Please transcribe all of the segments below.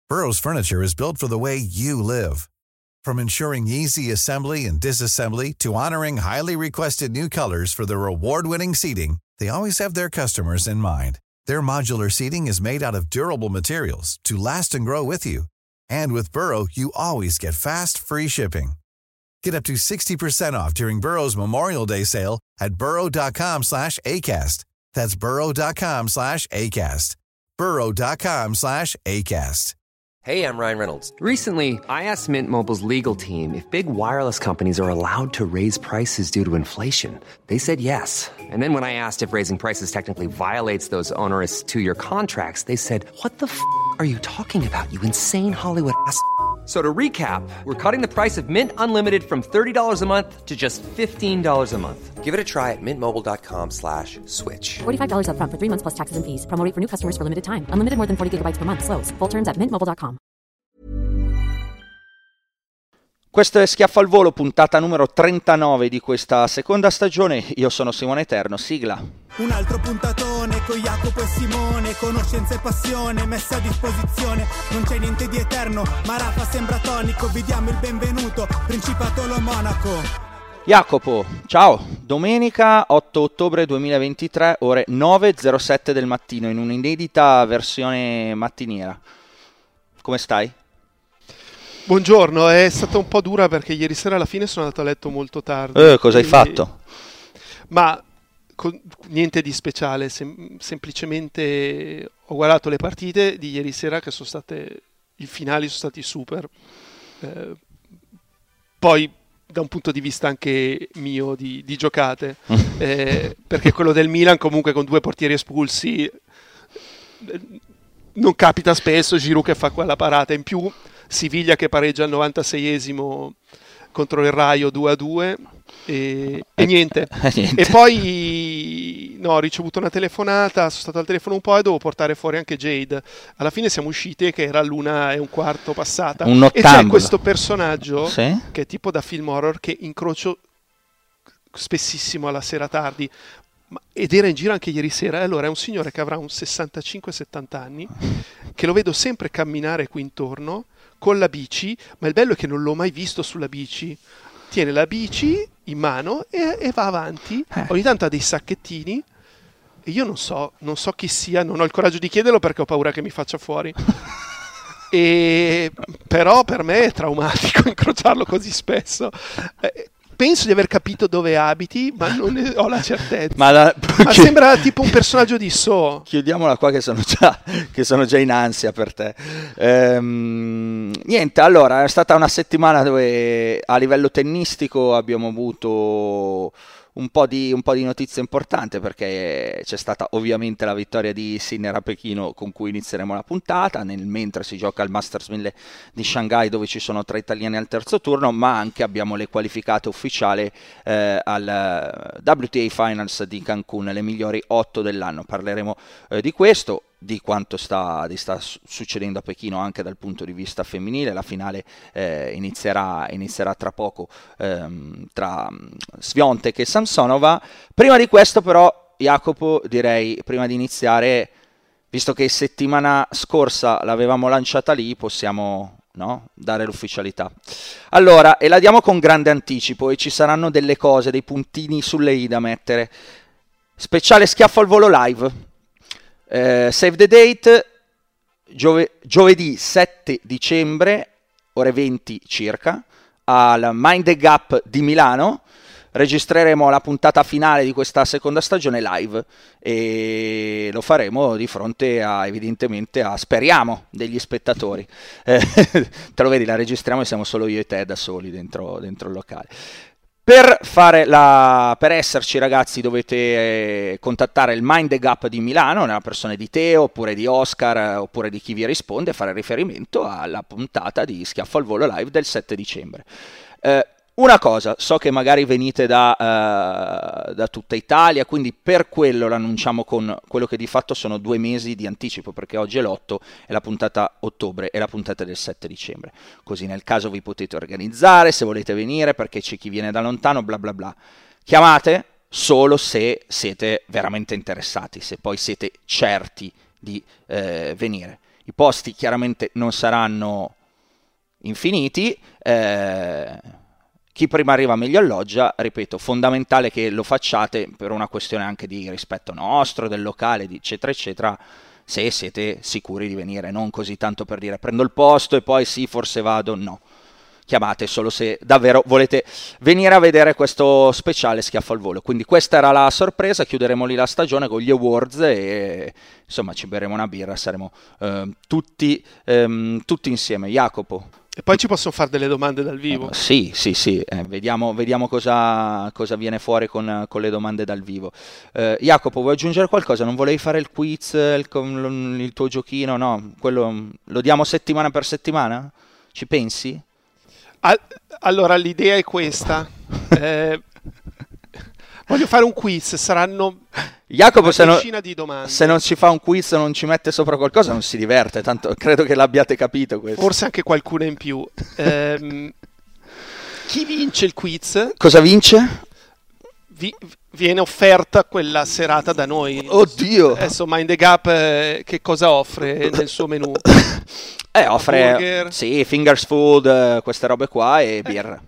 Burrow's furniture is built for the way you live. From ensuring easy assembly and disassembly to honoring highly requested new colors for their award-winning seating, they always have their customers in mind. Their modular seating is made out of durable materials to last and grow with you. And with Burrow, you always get fast, free shipping. Get up to 60% off during Burrow's Memorial Day sale at burrow.com/ACAST. That's burrow.com/ACAST. burrow.com/ACAST. Hey, I'm Ryan Reynolds. Recently, I asked Mint Mobile's legal team if big wireless companies are allowed to raise prices due to inflation. They said yes. And then when I asked if raising prices technically violates those onerous two-year contracts, they said, "What the f*** are you talking about, you insane Hollywood ass?" So to recap, we're cutting the price of Mint Unlimited from $30 a month to just $15 a month. Give it a try at mintmobile.com/switch. $45 up front for 3 months plus taxes and fees. Promo rate for new customers for limited time. Unlimited more than 40 gigabytes per month. Slows full terms at mintmobile.com. Questo è Schiaffo al Volo, puntata numero 39 di questa seconda stagione. Io sono Simone Eterno, sigla. Un altro puntatone con Jacopo e Simone, conoscenza e passione messa a disposizione. Non c'è niente di eterno, ma Rafa sembra tonico. Vi diamo il benvenuto, Principatolo Monaco. Jacopo, ciao. Domenica 8 ottobre 2023, ore 9:07 del mattino, in un'inedita versione mattiniera. Come stai? Buongiorno, è stata un po' dura perché ieri sera alla fine sono andato a letto molto tardi. Cosa hai fatto? Ma niente di speciale, semplicemente ho guardato le partite di ieri sera che sono state, i finali sono stati super. Poi da un punto di vista anche mio di giocate, perché quello del Milan comunque con 2 portieri espulsi non capita spesso, Giroud che fa quella parata, in più Siviglia che pareggia al 96esimo contro il Raio 2-2 e niente. E poi ho ricevuto una telefonata, sono stato al telefono un po' e dovevo portare fuori anche Jade. Alla fine siamo usciti che era l'1:15 passata. E c'è questo personaggio che è tipo da film horror che incrocio spessissimo alla sera tardi. Ed era in giro anche ieri sera. E allora è un signore che avrà un 65-70 anni, che lo vedo sempre camminare qui intorno con la bici, ma il bello è che non l'ho mai visto sulla bici. Tiene la bici in mano e va avanti. Ogni tanto ha dei sacchettini e io non so chi sia, non ho il coraggio di chiederlo perché ho paura che mi faccia fuori. Però per me è traumatico incrociarlo così spesso. Penso di aver capito dove abiti, ma non ne ho la certezza. Ma sembra tipo un personaggio di Saw. Chiudiamola qua che sono già in ansia per te. Niente, allora è stata una settimana dove a livello tennistico abbiamo avuto un po' di notizie importanti, perché c'è stata ovviamente la vittoria di Sinner a Pechino, con cui inizieremo la puntata, mentre si gioca al Masters 1000 di Shanghai, dove ci sono 3 italiani al terzo turno, ma anche abbiamo le qualificate ufficiali al WTA Finals di Cancun, le migliori 8 dell'anno. Parleremo di questo, di quanto sta succedendo a Pechino anche dal punto di vista femminile. La finale inizierà tra poco tra Swiatek e Samsonova. Prima di questo però, Jacopo, direi, prima di iniziare, visto che settimana scorsa l'avevamo lanciata lì, possiamo dare l'ufficialità. Allora, e la diamo con grande anticipo, e ci saranno delle cose, dei puntini sulle i da mettere. Speciale Schiaffo al Volo live. Save the date, giovedì 7 dicembre, ore 20 circa, al Mind the Gap di Milano. Registreremo la puntata finale di questa seconda stagione live e lo faremo di fronte evidentemente a, speriamo, degli spettatori. Te lo vedi, la registriamo e siamo solo io e te da soli dentro il locale. Per esserci, ragazzi, dovete contattare il Mind the Gap di Milano, nella persona di Teo, oppure di Oscar, oppure di chi vi risponde, e fare riferimento alla puntata di Schiaffo al Volo live del 7 dicembre. Una cosa, so che magari venite da tutta Italia, quindi per quello l'annunciamo con quello che di fatto sono 2 mesi di anticipo, perché oggi è l'8 e la puntata ottobre è la puntata del 7 dicembre. Così nel caso vi potete organizzare, se volete venire, perché c'è chi viene da lontano, bla bla bla. Chiamate solo se siete veramente interessati, se poi siete certi di venire. i posti chiaramente non saranno infiniti, chi prima arriva meglio alloggia, ripeto, fondamentale che lo facciate per una questione anche di rispetto nostro, del locale, eccetera eccetera, se siete sicuri di venire, non così tanto per dire prendo il posto e poi sì, forse vado, no. Chiamate solo se davvero volete venire a vedere questo speciale Schiaffo al Volo. Quindi questa era la sorpresa, chiuderemo lì la stagione con gli awards e insomma ci berremo una birra, saremo tutti insieme. Jacopo. E poi ci possono fare delle domande dal vivo. Sì, vediamo cosa viene fuori con le domande dal vivo. Jacopo, vuoi aggiungere qualcosa? Non volevi fare il quiz, il tuo giochino? No, quello lo diamo settimana per settimana? Ci pensi? Allora, l'idea è questa. Voglio fare un quiz, saranno Jacopo, una decina di domande. Se non ci fa un quiz, non ci mette sopra qualcosa, non si diverte, tanto credo che l'abbiate capito questo. Forse anche qualcuno in più. Chi vince il quiz? Cosa vince? Viene offerta quella serata da noi. Oddio! Adesso Mind the Gap che cosa offre nel suo menù? Offre burger. Sì, fingers food, queste robe qua e birra.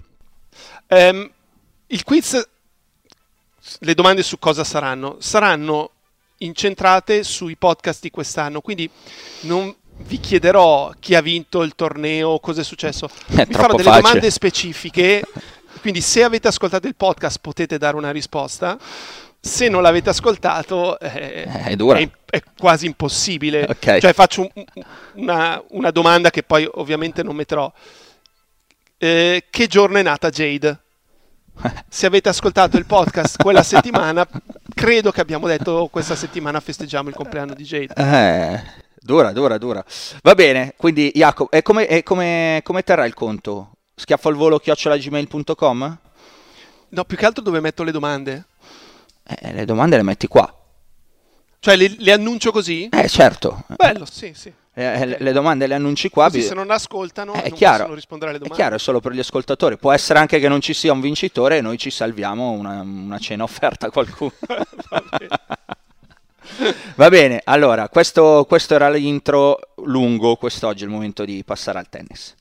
Il quiz, le domande su cosa saranno? Saranno incentrate sui podcast di quest'anno, quindi non vi chiederò chi ha vinto il torneo, cosa è successo. Vi farò delle domande specifiche, quindi se avete ascoltato il podcast potete dare una risposta. Se non l'avete ascoltato è dura. È quasi impossibile. Okay. Cioè faccio una domanda che poi ovviamente non metterò. Che giorno è nata Jade? Se avete ascoltato il podcast quella settimana, credo che abbiamo detto questa settimana festeggiamo il compleanno di Jade. Dura. Va bene, quindi Jacopo, e come terrà il conto? schiaffoalvolo@gmail.com? No, più che altro dove metto le domande? Le domande le metti qua. Cioè le annuncio così? Certo. Bello, sì. Le domande le annunci qua. Così se non ascoltano non chiaro, possono rispondere alle domande. È chiaro, è solo per gli ascoltatori. Può essere anche che non ci sia un vincitore e noi ci salviamo una cena offerta a qualcuno. Va bene, allora, questo era l'intro lungo, quest'oggi è il momento di passare al tennis.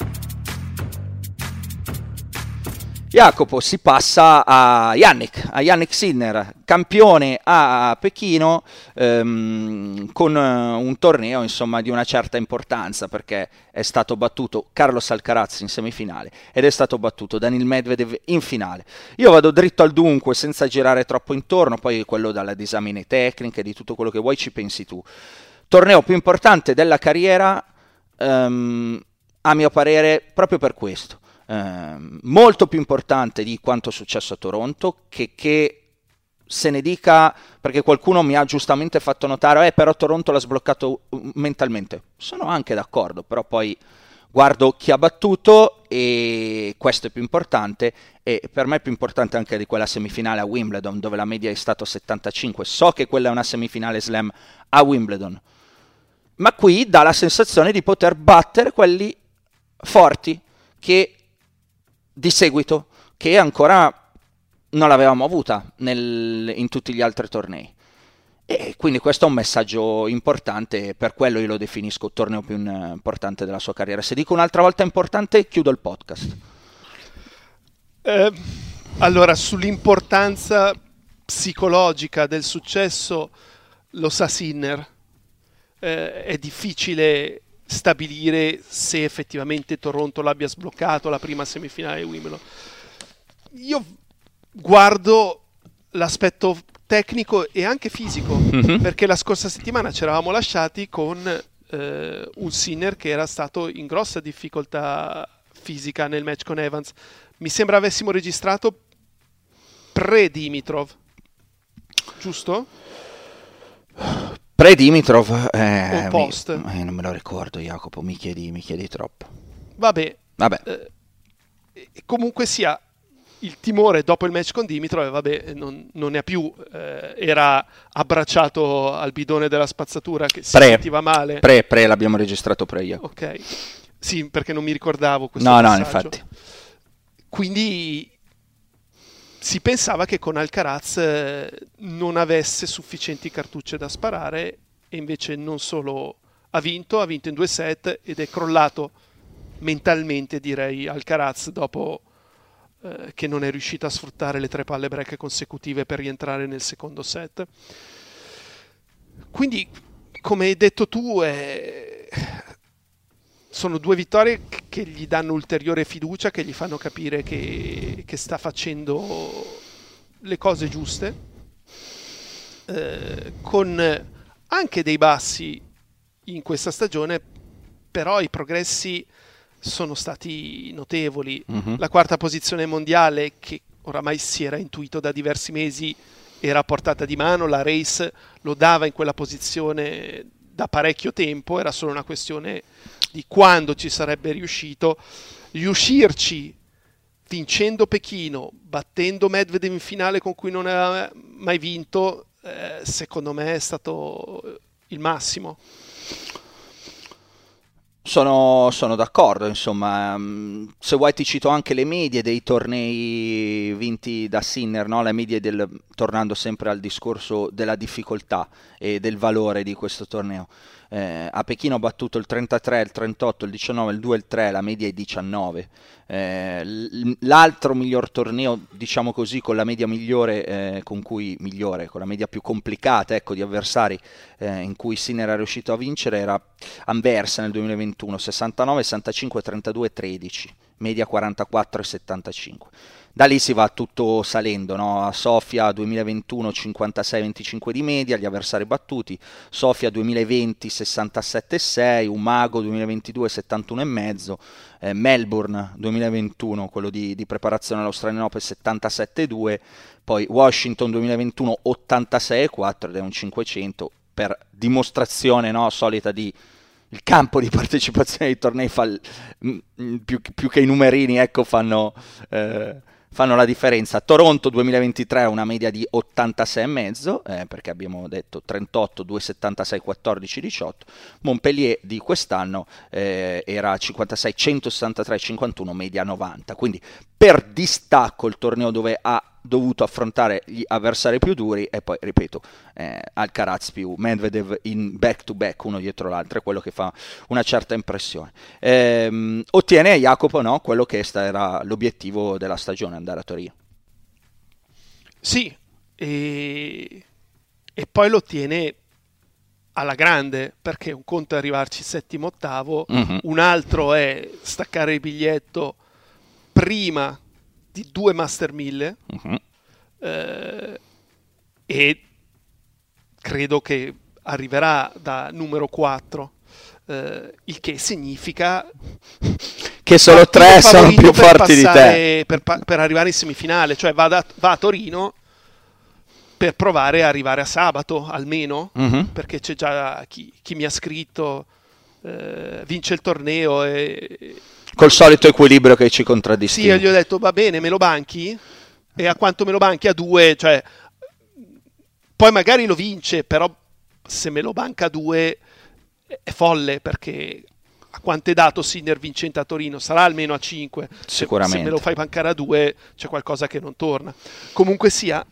Jacopo, si passa a Jannik Sinner, campione a Pechino, con un torneo insomma di una certa importanza, perché è stato battuto Carlos Alcaraz in semifinale ed è stato battuto Daniil Medvedev in finale. Io vado dritto al dunque senza girare troppo intorno, poi quello dalla disamine tecniche, di tutto quello che vuoi ci pensi tu. Torneo più importante della carriera, a mio parere, proprio per questo. Molto più importante di quanto è successo a Toronto, che se ne dica, perché qualcuno mi ha giustamente fatto notare però Toronto l'ha sbloccato mentalmente. Sono anche d'accordo, però poi guardo chi ha battuto e questo è più importante, e per me è più importante anche di quella semifinale a Wimbledon dove la media è stato 75. So che quella è una semifinale slam a Wimbledon, ma qui dà la sensazione di poter battere quelli forti che di seguito, che ancora non l'avevamo avuta in tutti gli altri tornei, e quindi questo è un messaggio importante, per quello io lo definisco il torneo più importante della sua carriera. Se dico un'altra volta importante chiudo il podcast. Allora, sull'importanza psicologica del successo lo sa Sinner. È difficile stabilire se effettivamente Toronto l'abbia sbloccato la prima semifinale di Wimbledon. Io guardo l'aspetto tecnico e anche fisico, perché la scorsa settimana ci eravamo lasciati con un Sinner che era stato in grossa difficoltà fisica nel match con Evans. Mi sembra avessimo registrato pre-Dimitrov, giusto? Pre-Dimitrov, post? Non me lo ricordo, Jacopo, mi chiedi troppo. Vabbè. Comunque sia, il timore dopo il match con Dimitrov, non ne ha più, era abbracciato al bidone della spazzatura che si sentiva male. Pre l'abbiamo registrato pre io. Ok, sì, perché non mi ricordavo questo passaggio. No, infatti. Quindi si pensava che con Alcaraz non avesse sufficienti cartucce da sparare, e invece non solo ha vinto in 2 set ed è crollato mentalmente, direi, Alcaraz dopo che non è riuscito a sfruttare le 3 palle break consecutive per rientrare nel secondo set. Quindi, come hai detto tu, sono 2 vittorie che gli danno ulteriore fiducia, che gli fanno capire che sta facendo le cose giuste, con anche dei bassi in questa stagione, però i progressi sono stati notevoli. La 4ª posizione mondiale, che oramai si era intuito da diversi mesi, era a portata di mano, la race lo dava in quella posizione da parecchio tempo, era solo una questione di quando ci sarebbe riuscirci vincendo Pechino, battendo Medvedev in finale con cui non aveva mai vinto, secondo me è stato il massimo. Sono d'accordo, insomma. Se vuoi ti cito anche le medie dei tornei vinti da Sinner, no? Le medie tornando sempre al discorso della difficoltà e del valore di questo torneo. A Pechino ha battuto il 33, il 38, il 19, il 2 e il 3, la media è 19. L'altro miglior torneo, diciamo così, con la media migliore, con la media più complicata, ecco, di avversari, in cui Sinner è riuscito a vincere, era Anversa nel 2021, 69, 65, 32 13, media 44 e 75. Da lì si va tutto salendo, no? A Sofia 2021 56-25 di media, gli avversari battuti, Sofia 2020 67,6, Umago 2022 71,5, Melbourne 2021, quello di preparazione all'Australian Open 77,2, poi Washington 2021 86,4 ed è un 500, per dimostrazione, no, solita di il campo di partecipazione ai tornei più che i numerini, ecco, fanno la differenza. Toronto 2023 una media di 86,5, perché abbiamo detto 38, 2,76, 14, 18. Montpellier di quest'anno era 56, 163, 51, media 90. Quindi per distacco il torneo dove ha dovuto affrontare gli avversari più duri, e poi, ripeto, Alcaraz più Medvedev in back to back uno dietro l'altro, è quello che fa una certa impressione. Ottiene Jacopo, no, quello che era l'obiettivo della stagione, andare a Torino. Sì, e poi lo ottiene alla grande, perché un conto è arrivarci settimo, ottavo, un altro è staccare il biglietto prima di 2 Master 1000, e credo che arriverà da numero 4, il che significa che solo 3 sono più forti di te per arrivare in semifinale, cioè va a Torino per provare a arrivare a sabato almeno, perché c'è già chi mi ha scritto, vince il torneo e col solito equilibrio che ci contraddistingue. Sì, io gli ho detto va bene, me lo banchi? E a quanto me lo banchi? A 2, cioè poi magari lo vince, però se me lo banca a 2 è folle, perché a quanto è dato Sinner vincente a Torino? Sarà almeno a 5. Sicuramente. Se me lo fai bancare a 2 c'è qualcosa che non torna. Comunque sia,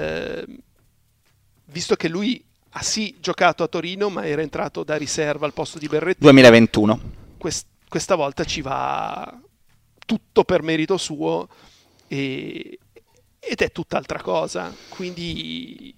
visto che lui ha sì giocato a Torino, ma era entrato da riserva al posto di Berrettini 2021, questa volta ci va tutto per merito suo, ed è tutt'altra cosa. Quindi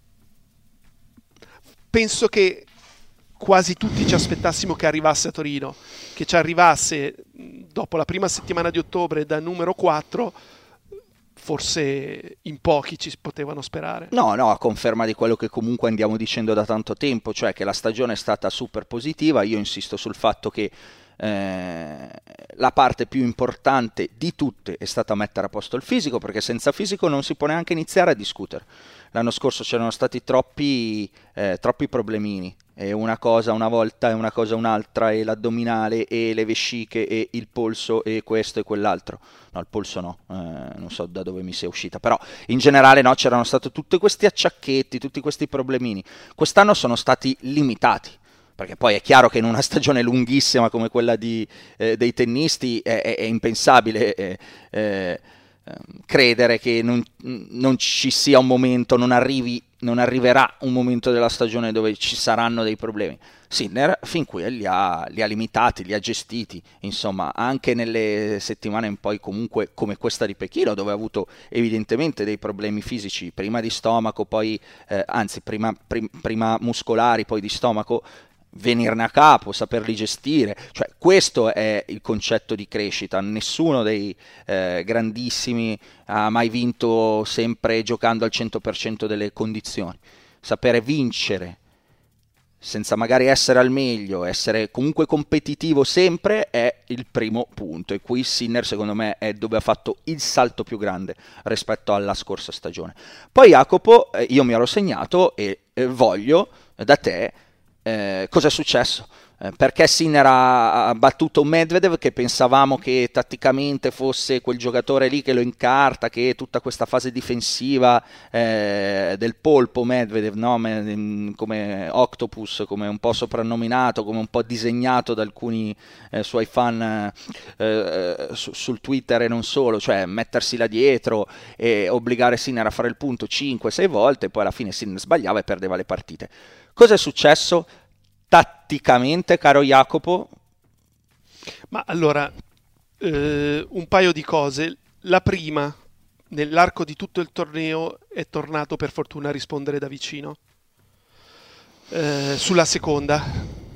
penso che quasi tutti ci aspettassimo che arrivasse a Torino, che ci arrivasse dopo la prima settimana di ottobre da numero 4. Forse in pochi ci potevano sparare. No, a conferma di quello che comunque andiamo dicendo da tanto tempo, cioè che la stagione è stata super positiva. Io insisto sul fatto che la parte più importante di tutte è stata mettere a posto il fisico, perché senza fisico non si può neanche iniziare a discutere. L'anno scorso c'erano stati troppi problemini, e una cosa una volta e una cosa un'altra, e l'addominale e le vesciche e il polso e questo e quell'altro. No, il polso no, non so da dove mi sia uscita, però in generale no, c'erano stati tutti questi acciacchetti, tutti questi problemini. Quest'anno sono stati limitati, perché poi è chiaro che in una stagione lunghissima come quella dei tennisti è impensabile credere che non ci sia un momento, non arriverà un momento della stagione dove ci saranno dei problemi. Sinner fin qui li ha limitati, li ha gestiti, insomma, anche nelle settimane in poi comunque come questa di Pechino, dove ha avuto evidentemente dei problemi fisici, prima di stomaco, poi prima muscolari, poi di stomaco, venirne a capo, saperli gestire, cioè questo è il concetto di crescita. Nessuno dei grandissimi ha mai vinto sempre giocando al 100% delle condizioni. Sapere vincere senza magari essere al meglio, essere comunque competitivo sempre, è il primo punto, e qui Sinner secondo me è dove ha fatto il salto più grande rispetto alla scorsa stagione. Poi Jacopo, io mi ero segnato e voglio da te cosa è successo? Perché Sinner ha battuto Medvedev, che pensavamo che tatticamente fosse quel giocatore lì che lo incarta, che tutta questa fase difensiva del polpo Medvedev, no? Come Octopus, come un po' soprannominato, come un po' disegnato da alcuni suoi fan sul Twitter e non solo, cioè mettersi là dietro e obbligare Sinner a fare il punto 5-6 volte, e poi alla fine Sinner sbagliava e perdeva le partite. Cosa è successo tatticamente, caro Jacopo? Ma allora, un paio di cose. La prima, nell'arco di tutto il torneo è tornato per fortuna a rispondere da vicino. Sulla seconda,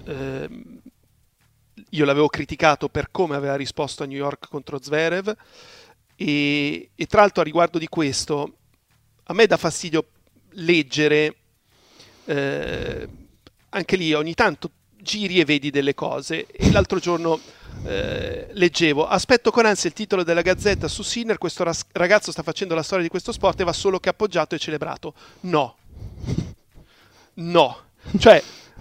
io l'avevo criticato per come aveva risposto a New York contro Zverev, e tra l'altro a riguardo di questo, a me dà fastidio leggere... anche lì ogni tanto giri e vedi delle cose, e l'altro giorno leggevo: aspetto con ansia il titolo della Gazzetta su Sinner, questo ragazzo sta facendo la storia di questo sport e va solo che appoggiato e celebrato. No, cioè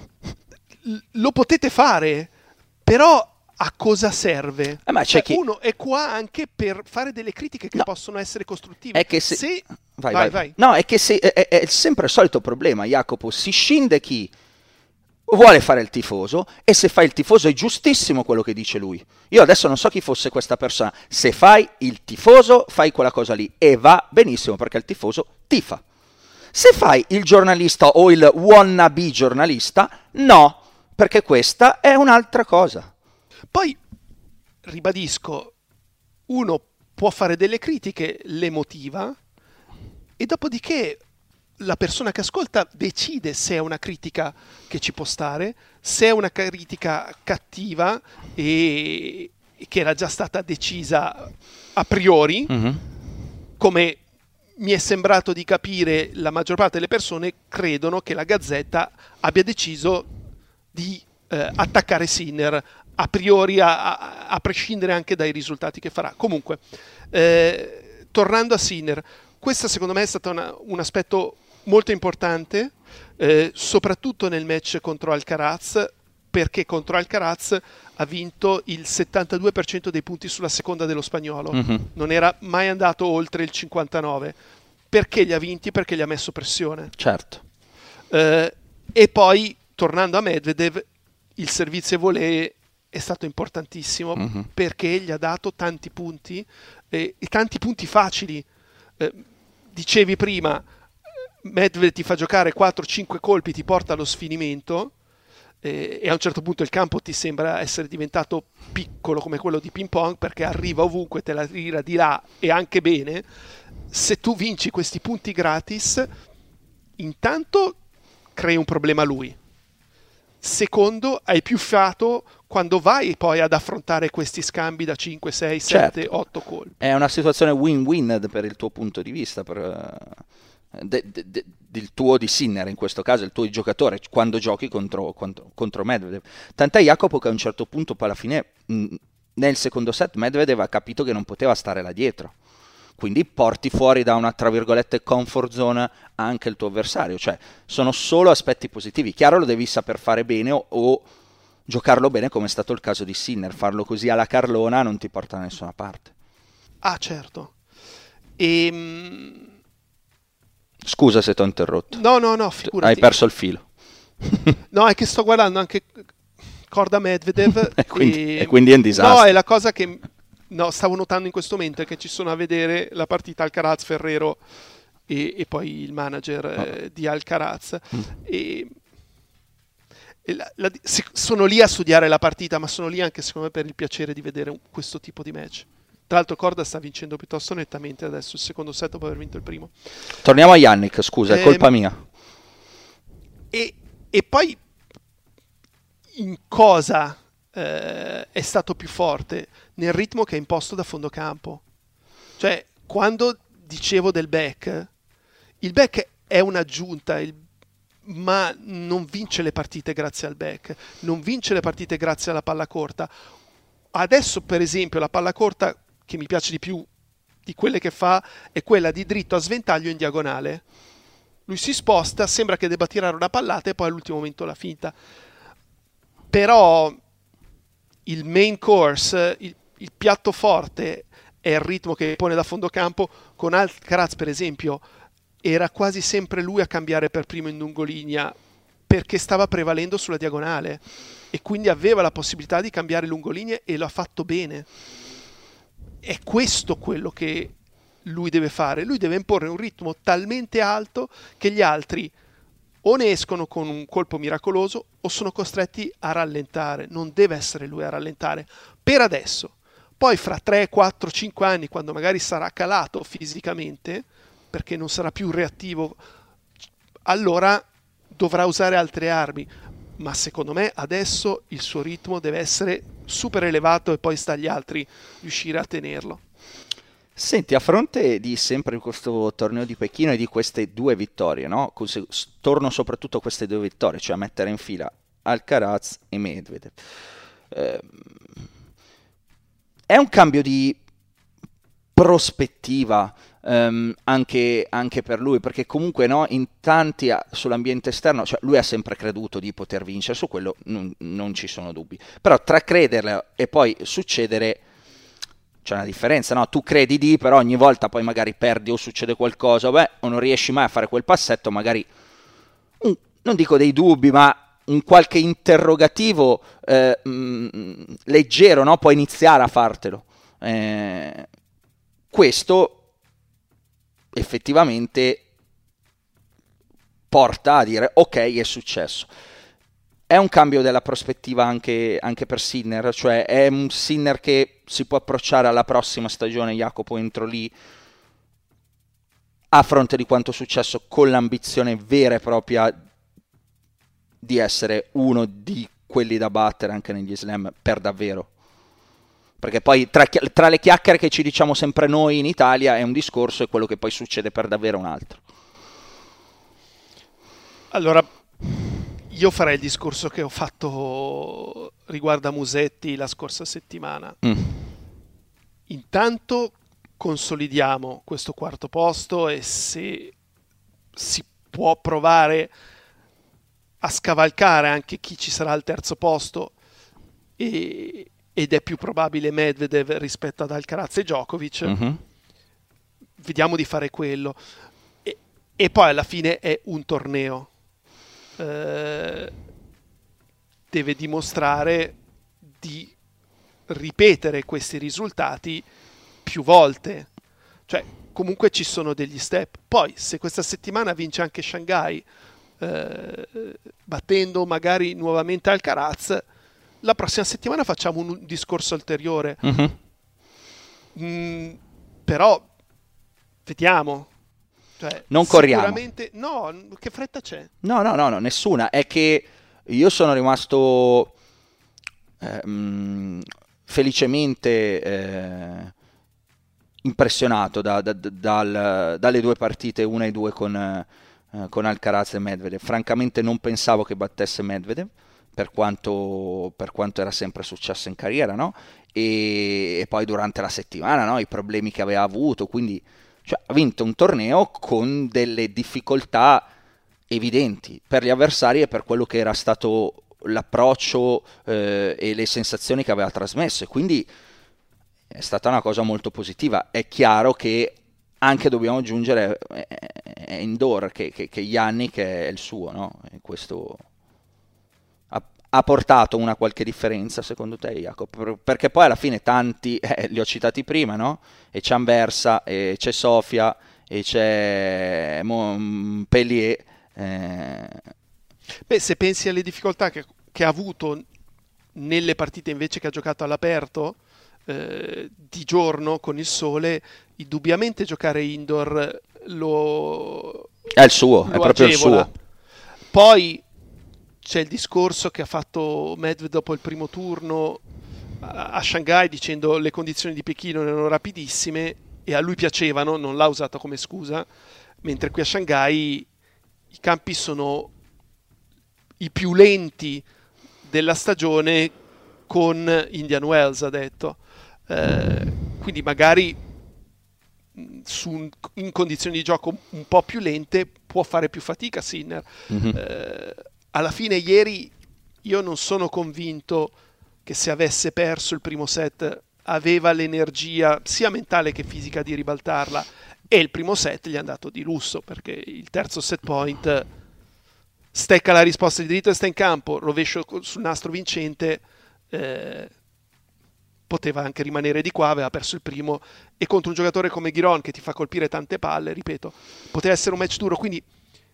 lo potete fare, però a cosa serve? Ma c'è chi... Uno è qua anche per fare delle critiche che possono essere costruttive. È che se... Vai. No, è che è sempre il solito problema, Jacopo. Si scinde chi vuole fare il tifoso, e se fai il tifoso è giustissimo quello che dice lui. Io adesso non so chi fosse questa persona. Se fai il tifoso, fai quella cosa lì e va benissimo, perché il tifoso tifa. Se fai il giornalista o il wannabe giornalista, no, perché questa è un'altra cosa. Poi, ribadisco, uno può fare delle critiche, le motiva, e dopodiché la persona che ascolta decide se è una critica che ci può stare, se è una critica cattiva e che era già stata decisa a priori, come mi è sembrato di capire la maggior parte delle persone credono che la Gazzetta abbia deciso di attaccare Sinner a priori, a prescindere anche dai risultati che farà. Comunque, tornando a Sinner, questo secondo me è stato un aspetto molto importante, soprattutto nel match contro Alcaraz, perché contro Alcaraz ha vinto il 72% dei punti sulla seconda dello spagnolo, non era mai andato oltre il 59%. Perché li ha vinti? Perché gli ha messo pressione. Certo. E poi, tornando a Medvedev, il servizio e volée è stato importantissimo, perché gli ha dato tanti punti, e tanti punti facili. Dicevi prima, Medvedev ti fa giocare 4-5 colpi, ti porta allo sfinimento, e a un certo punto il campo ti sembra essere diventato piccolo come quello di ping pong, perché arriva ovunque, te la tira di là e anche bene. Se tu vinci questi punti gratis, intanto crei un problema a lui, secondo hai più fiato quando vai poi ad affrontare questi scambi da 5, 6, 7, 8 colpi. È una situazione win-win per il tuo punto di vista, del tuo di Sinner, in questo caso il tuo giocatore, quando giochi contro Medvedev. Tant'è, Jacopo, che a un certo punto, poi alla fine, nel secondo set, Medvedev ha capito che non poteva stare là dietro. Quindi porti fuori da una, tra virgolette, comfort zone anche il tuo avversario. Cioè, sono solo aspetti positivi. Chiaro, lo devi saper fare bene o giocarlo bene, come è stato il caso di Sinner. Farlo così alla Carlona non ti porta da nessuna parte. Ah, certo. Scusa se ti ho interrotto. No, figurati. Hai perso il filo. No, è che sto guardando anche Korda Medvedev. e quindi è un disastro. No, è la cosa che No, stavo notando in questo momento che ci sono a vedere la partita Alcaraz, Ferrero e poi il manager di Alcaraz. Sono lì a studiare la partita, ma sono lì anche secondo me per il piacere di vedere questo tipo di match. Tra l'altro Korda sta vincendo piuttosto nettamente adesso il secondo set dopo aver vinto il primo. Torniamo a Jannik, scusa, è colpa mia. E poi in cosa è stato più forte? Nel ritmo che è imposto da fondo campo. Cioè, quando dicevo del back, il back è un'aggiunta, ma non vince le partite grazie al back, non vince le partite grazie alla palla corta. Adesso, per esempio, la palla corta che mi piace di più di quelle che fa è quella di dritto a sventaglio in diagonale. Lui si sposta, sembra che debba tirare una pallata e poi all'ultimo momento la finta. Però il main course, il piatto forte è il ritmo che pone da fondo campo. Con Alcaraz, per esempio, era quasi sempre lui a cambiare per primo in lungolinea perché stava prevalendo sulla diagonale e quindi aveva la possibilità di cambiare lungolinea e lo ha fatto bene. È questo quello che lui deve fare. Lui deve imporre un ritmo talmente alto che gli altri o ne escono con un colpo miracoloso o sono costretti a rallentare. Non deve essere lui a rallentare per adesso. Poi fra 3, 4, 5 anni, quando magari sarà calato fisicamente, perché non sarà più reattivo, allora dovrà usare altre armi. Ma secondo me adesso il suo ritmo deve essere super elevato e poi sta agli altri riuscire a tenerlo. Senti, a fronte di sempre questo torneo di Pechino e di queste due vittorie, no? Torno soprattutto a queste due vittorie, cioè a mettere in fila Alcaraz e Medvedev. È un cambio di prospettiva anche per lui, perché comunque no, in tanti sull'ambiente esterno, cioè lui ha sempre creduto di poter vincere, su quello non ci sono dubbi, però tra crederlo e poi succedere c'è una differenza, no? Tu credi però ogni volta poi magari perdi o succede qualcosa, o non riesci mai a fare quel passetto, magari non dico dei dubbi, ma un qualche interrogativo leggero, no? Puoi iniziare a fartelo. Questo effettivamente porta a dire ok, è successo. È un cambio della prospettiva anche per Sinner, cioè è un Sinner che si può approcciare alla prossima stagione, Jacopo, entro lì a fronte di quanto è successo, con l'ambizione vera e propria di essere uno di quelli da battere anche negli slam per davvero. Perché poi tra le chiacchiere che ci diciamo sempre noi in Italia è un discorso e quello che poi succede per davvero è un altro. Allora, io farei il discorso che ho fatto riguardo a Musetti la scorsa settimana. Intanto consolidiamo questo quarto posto e se si può provare a scavalcare anche chi ci sarà al terzo posto ed è più probabile Medvedev rispetto ad Alcaraz e Djokovic, vediamo di fare quello e poi alla fine è un torneo. Deve dimostrare di ripetere questi risultati più volte, cioè comunque ci sono degli step. Poi se questa settimana vince anche Shanghai battendo magari nuovamente Alcaraz, la prossima settimana facciamo un discorso ulteriore. Però vediamo. Cioè, non corriamo. Sicuramente no, che fretta c'è? No, nessuna. È che io sono rimasto felicemente impressionato dalle due partite, 1-2 con Alcaraz e Medvedev. Francamente non pensavo che battesse Medvedev per quanto era sempre successo in carriera, no? E poi durante la settimana, no? I problemi che aveva avuto, quindi cioè, ha vinto un torneo con delle difficoltà evidenti per gli avversari e per quello che era stato l'approccio e le sensazioni che aveva trasmesso, e quindi è stata una cosa molto positiva. È chiaro che anche dobbiamo aggiungere indoor che Jannik è il suo, no? E questo ha portato una qualche differenza secondo te, Jacopo? Perché poi alla fine tanti, li ho citati prima, no? E c'è Anversa, e c'è Sofia, e c'è Montpellier. Se pensi alle difficoltà che ha avuto nelle partite invece che ha giocato all'aperto, di giorno con il sole, indubbiamente giocare indoor è il suo, è proprio agevola. Il suo. Poi c'è il discorso che ha fatto Medvedev dopo il primo turno a Shanghai, dicendo le condizioni di Pechino erano rapidissime e a lui piacevano, non l'ha usato come scusa, mentre qui a Shanghai i campi sono i più lenti della stagione con Indian Wells, ha detto. Quindi magari in condizioni di gioco un po' più lente può fare più fatica Sinner. Alla fine ieri io non sono convinto che se avesse perso il primo set aveva l'energia sia mentale che fisica di ribaltarla, e il primo set gli è andato di lusso, perché il terzo set point stecca la risposta di diritto e sta in campo, rovescio sul nastro vincente, poteva anche rimanere di qua, aveva perso il primo, e contro un giocatore come Giron che ti fa colpire tante palle, ripeto, poteva essere un match duro, quindi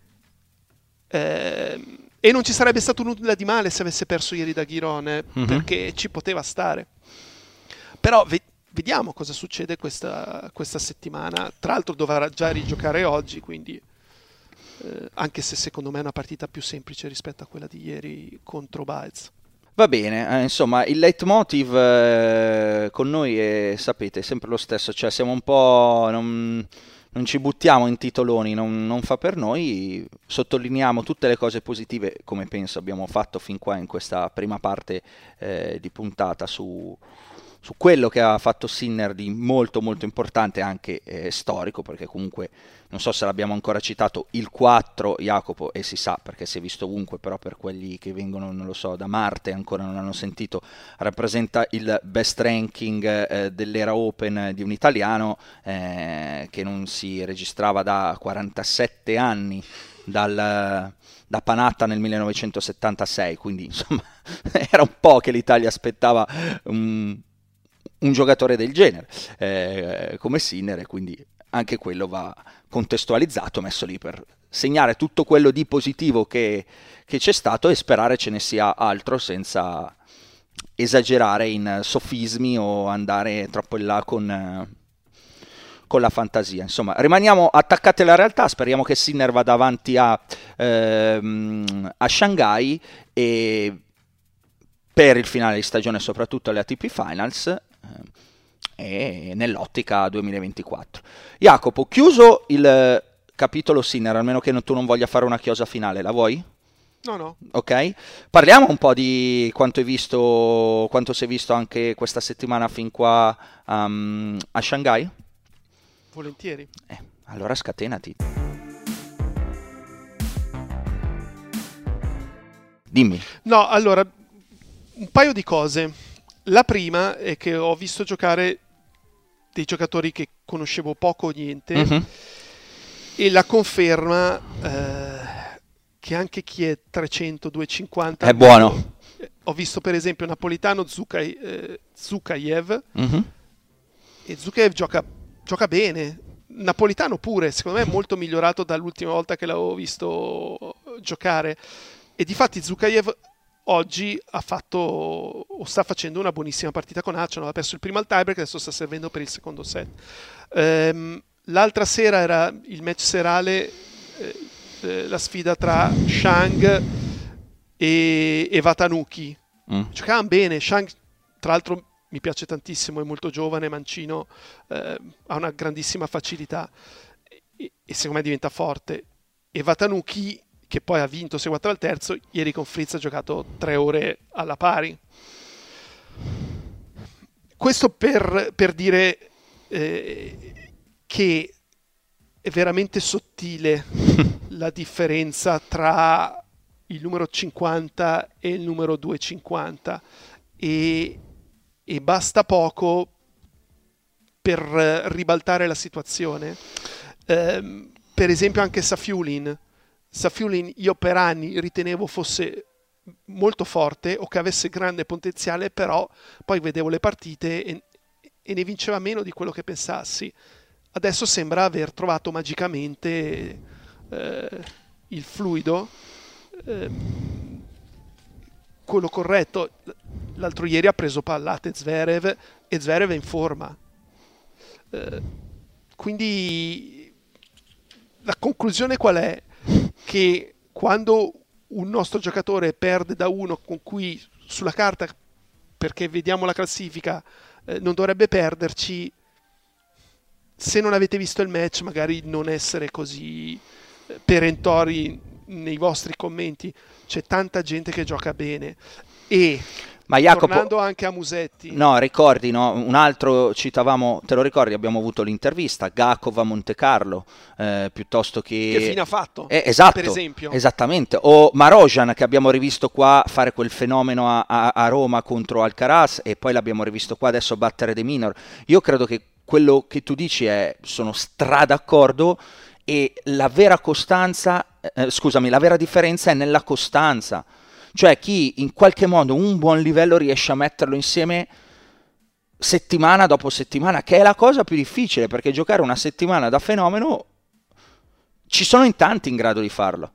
e non ci sarebbe stato nulla di male se avesse perso ieri da Giron, perché ci poteva stare. Però vediamo cosa succede questa settimana. Tra l'altro dovrà già rigiocare oggi, quindi anche se secondo me è una partita più semplice rispetto a quella di ieri contro Baez. Va bene, insomma il leitmotiv con noi è, sapete, sempre lo stesso, cioè siamo un po'... non ci buttiamo in titoloni, non fa per noi, sottolineiamo tutte le cose positive, come penso abbiamo fatto fin qua in questa prima parte di puntata su quello che ha fatto Sinner di molto molto importante, anche storico, perché comunque non so se l'abbiamo ancora citato, il 4, Jacopo, e si sa perché si è visto ovunque, però per quelli che vengono, non lo so, da Marte e ancora non hanno sentito, rappresenta il best ranking dell'era Open di un italiano che non si registrava da 47 anni, da Panatta nel 1976, quindi insomma era un po' che l'Italia aspettava un giocatore del genere come Sinner, e quindi anche quello va contestualizzato, messo lì per segnare tutto quello di positivo che c'è stato e sperare ce ne sia altro, senza esagerare in sofismi o andare troppo in là con la fantasia. Insomma, rimaniamo attaccati alla realtà, speriamo che Sinner vada avanti a Shanghai, e per il finale di stagione soprattutto alle ATP Finals, e nell'ottica 2024. Jacopo, chiuso il capitolo Sinner, almeno che tu non voglia fare una chiosa finale, la vuoi? No. Ok, parliamo un po' di quanto si è visto anche questa settimana fin qua a Shanghai? Volentieri. Allora scatenati. Dimmi. No, allora, un paio di cose. La prima è che ho visto giocare dei giocatori che conoscevo poco o niente, e la conferma che anche chi è 300, 250 è buono. Ho visto per esempio Napolitano, Zukayev, e Zukayev gioca bene. Napolitano pure, secondo me è molto migliorato dall'ultima volta che l'avevo visto giocare, e difatti Zukayev oggi sta facendo una buonissima partita con Hachanov, ha perso il primo al tiebreak, adesso sta servendo per il secondo set. L'altra sera era il match serale, la sfida tra Shang e Vatanuki. Giocavano bene. Shang, tra l'altro, mi piace tantissimo, è molto giovane, mancino, ha una grandissima facilità e secondo me diventa forte. E Vatanuki, che poi ha vinto 6-4 al terzo, ieri con Fritz ha giocato 3 ore alla pari. Questo per dire che è veramente sottile la differenza tra il numero 50 e il numero 250, e basta poco per ribaltare la situazione. Per esempio anche Safiulin io per anni ritenevo fosse molto forte o che avesse grande potenziale, però poi vedevo le partite e ne vinceva meno di quello che pensassi. Adesso sembra aver trovato magicamente il fluido, quello corretto. L'altro ieri ha preso pallate Zverev e Zverev è in forma. Quindi la conclusione qual è? Che quando un nostro giocatore perde da uno con cui sulla carta, perché vediamo la classifica, non dovrebbe perderci, se non avete visto il match magari non essere così perentori nei vostri commenti. C'è tanta gente che gioca bene. E ma Jacopo, tornando anche a Musetti, no, ricordi, no? Un altro citavamo, te lo ricordi? Abbiamo avuto l'intervista Gakov a Montecarlo, piuttosto che fine ha fatto, esatto, per esempio, esattamente, o Marozsan che abbiamo rivisto qua fare quel fenomeno a Roma contro Alcaraz e poi l'abbiamo rivisto qua adesso battere De Minaur. Io credo che quello che tu dici sono d'accordo, e la vera costanza, la vera differenza è nella costanza. Cioè chi in qualche modo un buon livello riesce a metterlo insieme settimana dopo settimana, che è la cosa più difficile, perché giocare una settimana da fenomeno ci sono in tanti in grado di farlo.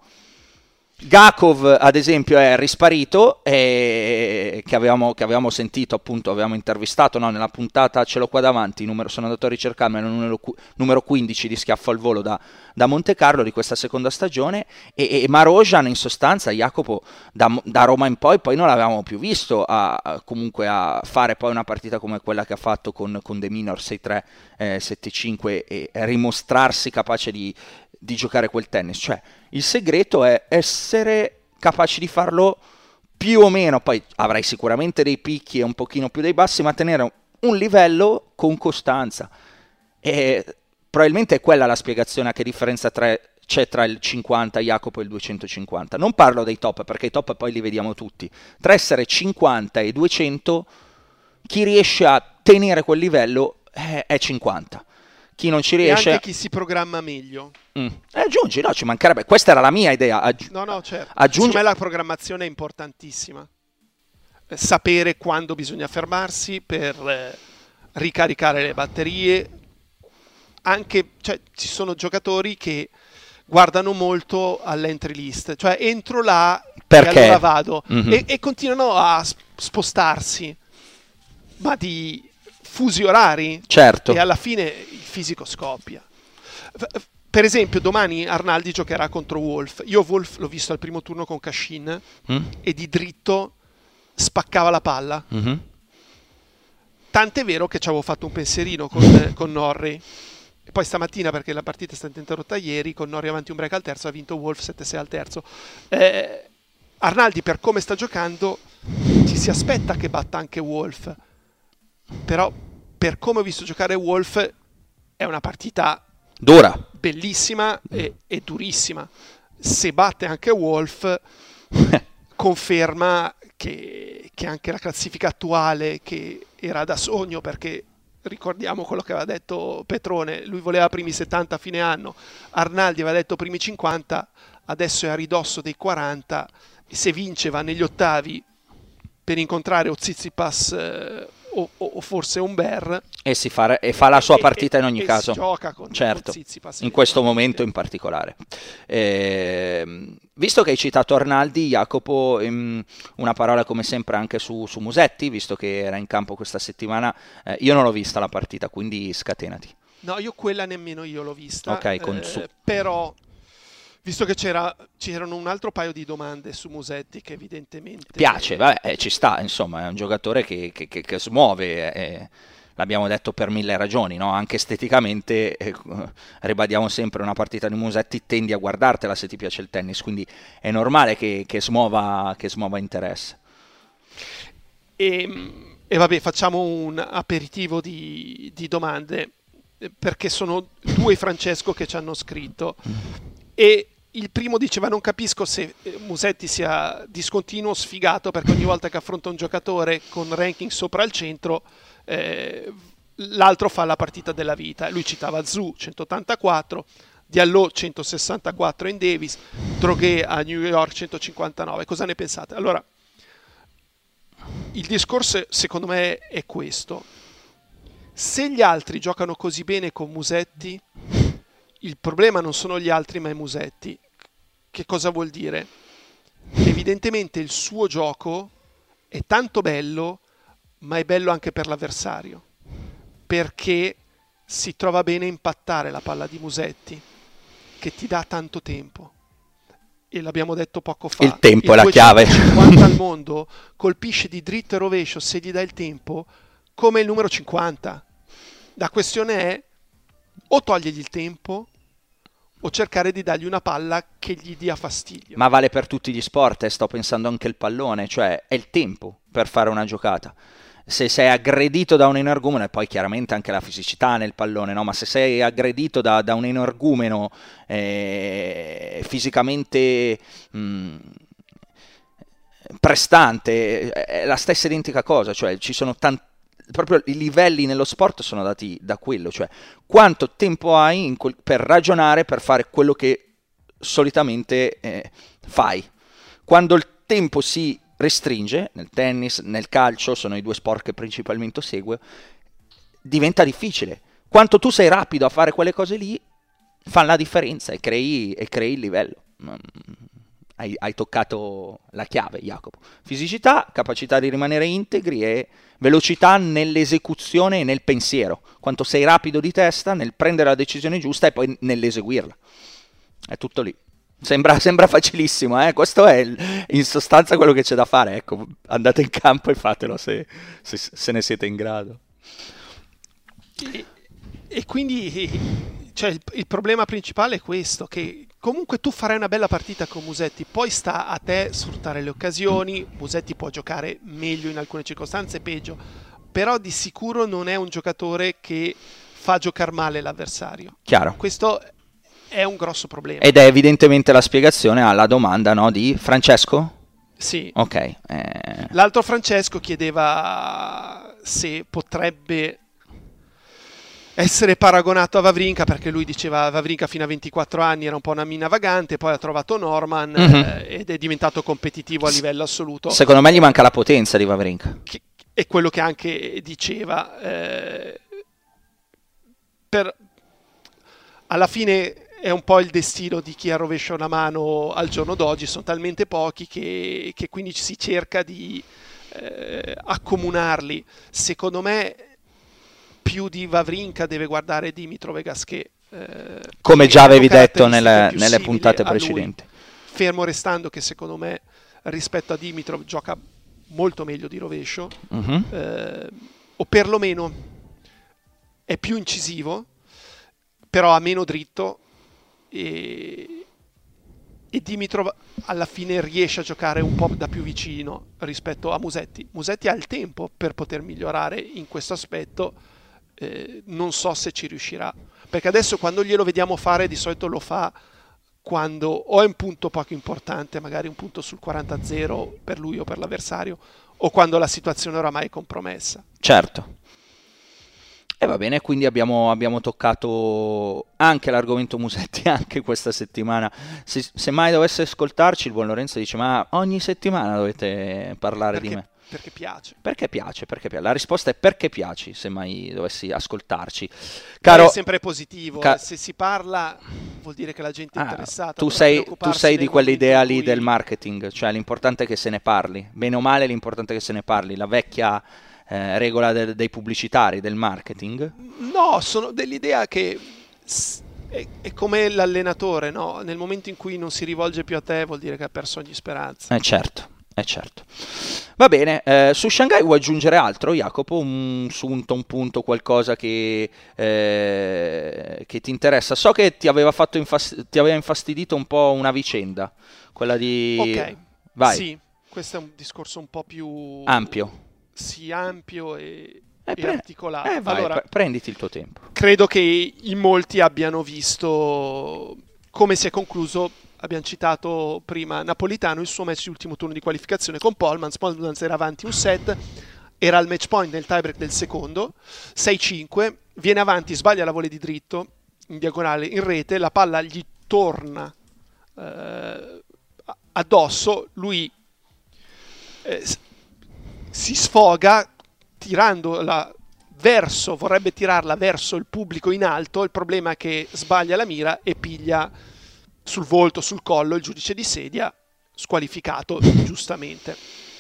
Gakov ad esempio è risparito, che avevamo sentito, appunto avevamo intervistato, no, nella puntata ce l'ho qua davanti, sono andato a ricercarmi numero 15 di Schiaffo al Volo da Montecarlo di questa seconda stagione, e Marozsan in sostanza, Jacopo, da Roma in poi non l'avevamo più visto comunque a fare poi una partita come quella che ha fatto con De Minaur 6-3, 7-5 e rimostrarsi capace di giocare quel tennis. Cioè il segreto è essere capaci di farlo più o meno, poi avrai sicuramente dei picchi e un pochino più dei bassi, ma tenere un livello con costanza. E probabilmente è quella la spiegazione a che differenza c'è tra il 50 Jacopo e il 250. Non parlo dei top, perché i top poi li vediamo tutti. Tra essere 50 e 200, chi riesce a tenere quel livello è 50. Chi non ci riesce... E anche chi si programma meglio. Aggiungi, no, ci mancherebbe. Questa era la mia idea. No, certo. Aggiungi... Secondo me la programmazione è importantissima. Sapere quando bisogna fermarsi per ricaricare le batterie. Anche, cioè, ci sono giocatori che guardano molto all'entry list. Cioè, entro là perché? E allora vado. Mm-hmm. E continuano a spostarsi. Ma di fusi orari, certo. E alla fine il fisico scoppia. Per esempio domani Arnaldi giocherà contro Wolf. Io Wolf l'ho visto al primo turno con Cashin e di dritto spaccava la palla. Tant'è vero che ci avevo fatto un pensierino con Norrie, e poi stamattina, perché la partita è stata interrotta ieri, con Norrie avanti un break al terzo, ha vinto Wolf 7-6 al terzo. Arnaldi, per come sta giocando, ci si aspetta che batta anche Wolf, però per come ho visto giocare Wolf è una partita dura, bellissima e durissima. Se batte anche Wolf conferma che anche la classifica attuale, che era da sogno, perché ricordiamo quello che aveva detto Petrone, lui voleva primi 70 a fine anno, Arnaldi aveva detto primi 50, adesso è a ridosso dei 40, e se vince va negli ottavi per incontrare o Tsitsipas o forse Humbert, e fa la sua partita in ogni caso. Si gioca con Tsitsipas in questo momento in particolare. Visto che hai citato Arnaldi, Jacopo, una parola come sempre anche su Musetti, visto che era in campo questa settimana. Io non l'ho vista la partita, quindi scatenati. No, io quella nemmeno io l'ho vista. Ok, però visto che c'erano un altro paio di domande su Musetti che evidentemente piace, ci sta, insomma, è un giocatore che smuove, l'abbiamo detto per mille ragioni, no? Anche esteticamente, ribadiamo sempre, una partita di Musetti tendi a guardartela se ti piace il tennis, quindi è normale che smuova interesse. E vabbè, facciamo un aperitivo di domande, perché sono due Francesco che ci hanno scritto, e il primo diceva: non capisco se Musetti sia discontinuo o sfigato, perché ogni volta che affronta un giocatore con ranking sopra il centro, l'altro fa la partita della vita. Lui citava Zhu 184, Diallo 164 in Davis, Droguet a New York 159. Cosa ne pensate? Allora, il discorso secondo me è questo: se gli altri giocano così bene con Musetti, il problema non sono gli altri ma i Musetti. Che cosa vuol dire? Evidentemente il suo gioco è tanto bello, ma è bello anche per l'avversario, perché si trova bene a impattare la palla di Musetti, che ti dà tanto tempo. E l'abbiamo detto poco fa, il tempo è la chiave. 50 al mondo colpisce di dritto e rovescio, se gli dai il tempo, come il numero 50. La questione è o togliergli il tempo o cercare di dargli una palla che gli dia fastidio. Ma vale per tutti gli sport, sto pensando anche al pallone, cioè è il tempo per fare una giocata. Se sei aggredito da un energumeno, e poi chiaramente anche la fisicità nel pallone, no? Ma se sei aggredito da un energumeno fisicamente prestante, è la stessa identica cosa, cioè ci sono proprio i livelli nello sport sono dati da quello, cioè quanto tempo hai per ragionare, per fare quello che solitamente fai. Quando il tempo si restringe, nel tennis, nel calcio, sono i due sport che principalmente seguo, diventa difficile. Quanto tu sei rapido a fare quelle cose lì, fa la differenza e crei il livello. Hai toccato la chiave, Jacopo. Fisicità, capacità di rimanere integri e velocità nell'esecuzione e nel pensiero. Quanto sei rapido di testa nel prendere la decisione giusta e poi nell'eseguirla. È tutto lì. Sembra facilissimo, questo è in sostanza quello che c'è da fare. Ecco, andate in campo e fatelo se ne siete in grado. E quindi cioè, il problema principale è questo, che comunque tu farai una bella partita con Musetti, poi sta a te sfruttare le occasioni. Musetti può giocare meglio in alcune circostanze, peggio, però di sicuro non è un giocatore che fa giocare male l'avversario. Chiaro. Questo è un grosso problema. Ed è evidentemente la spiegazione alla domanda, no, di Francesco? Sì. Ok. L'altro Francesco chiedeva se potrebbe essere paragonato a Wawrinka, perché lui diceva Wawrinka fino a 24 anni era un po' una mina vagante, poi ha trovato Norman ed è diventato competitivo a livello assoluto. Secondo me gli manca la potenza di Wawrinka. È quello che anche diceva. Alla fine è un po' il destino di chi arrovescia una mano al giorno d'oggi, sono talmente pochi che quindi si cerca di accomunarli. Secondo me più di Wawrinka deve guardare Dimitrov e Gasquet, come già avevi detto nelle puntate precedenti, fermo restando che secondo me rispetto a Dimitrov gioca molto meglio di rovescio, o perlomeno è più incisivo, però ha meno dritto, e Dimitrov alla fine riesce a giocare un po' da più vicino rispetto a Musetti. Musetti ha il tempo per poter migliorare in questo aspetto, non so se ci riuscirà, perché adesso quando glielo vediamo fare di solito lo fa quando o è un punto poco importante, magari un punto sul 40-0 per lui o per l'avversario, o quando la situazione oramai è compromessa. Certo. E va bene, quindi abbiamo toccato anche l'argomento Musetti anche questa settimana. Se mai dovesse ascoltarci, il buon Lorenzo dice: ma ogni settimana dovete parlare di me. Perché piace. Perché piace. La risposta è perché piaci, se mai dovessi ascoltarci. Caro, è sempre positivo, se si parla vuol dire che la gente è interessata. Tu sei di quell'idea lì del marketing, cioè l'importante è che se ne parli. Bene o male l'importante è che se ne parli, la vecchia regola dei pubblicitari, del marketing. No, sono dell'idea che è come l'allenatore, no? Nel momento in cui non si rivolge più a te vuol dire che ha perso ogni speranza. Certo. Va bene, su Shanghai vuoi aggiungere altro, Jacopo? Un punto, qualcosa che ti interessa? So che ti aveva infastidito un po' una vicenda, quella di... Ok, vai. Sì, questo è un discorso un po' più... ampio. Sì, ampio e articolato. Vai, allora, prenditi il tuo tempo. Credo che in molti abbiano visto come si è concluso. Abbiamo citato prima Napolitano, il suo match di ultimo turno di qualificazione con Polmans era avanti un set, era al match point nel tiebreak del secondo, 6-5, viene avanti, sbaglia la volley di dritto, in diagonale in rete, la palla gli torna addosso, lui si sfoga tirandola vorrebbe tirarla verso il pubblico in alto. Il problema è che sbaglia la mira e piglia sul volto, sul collo il giudice di sedia, squalificato giustamente.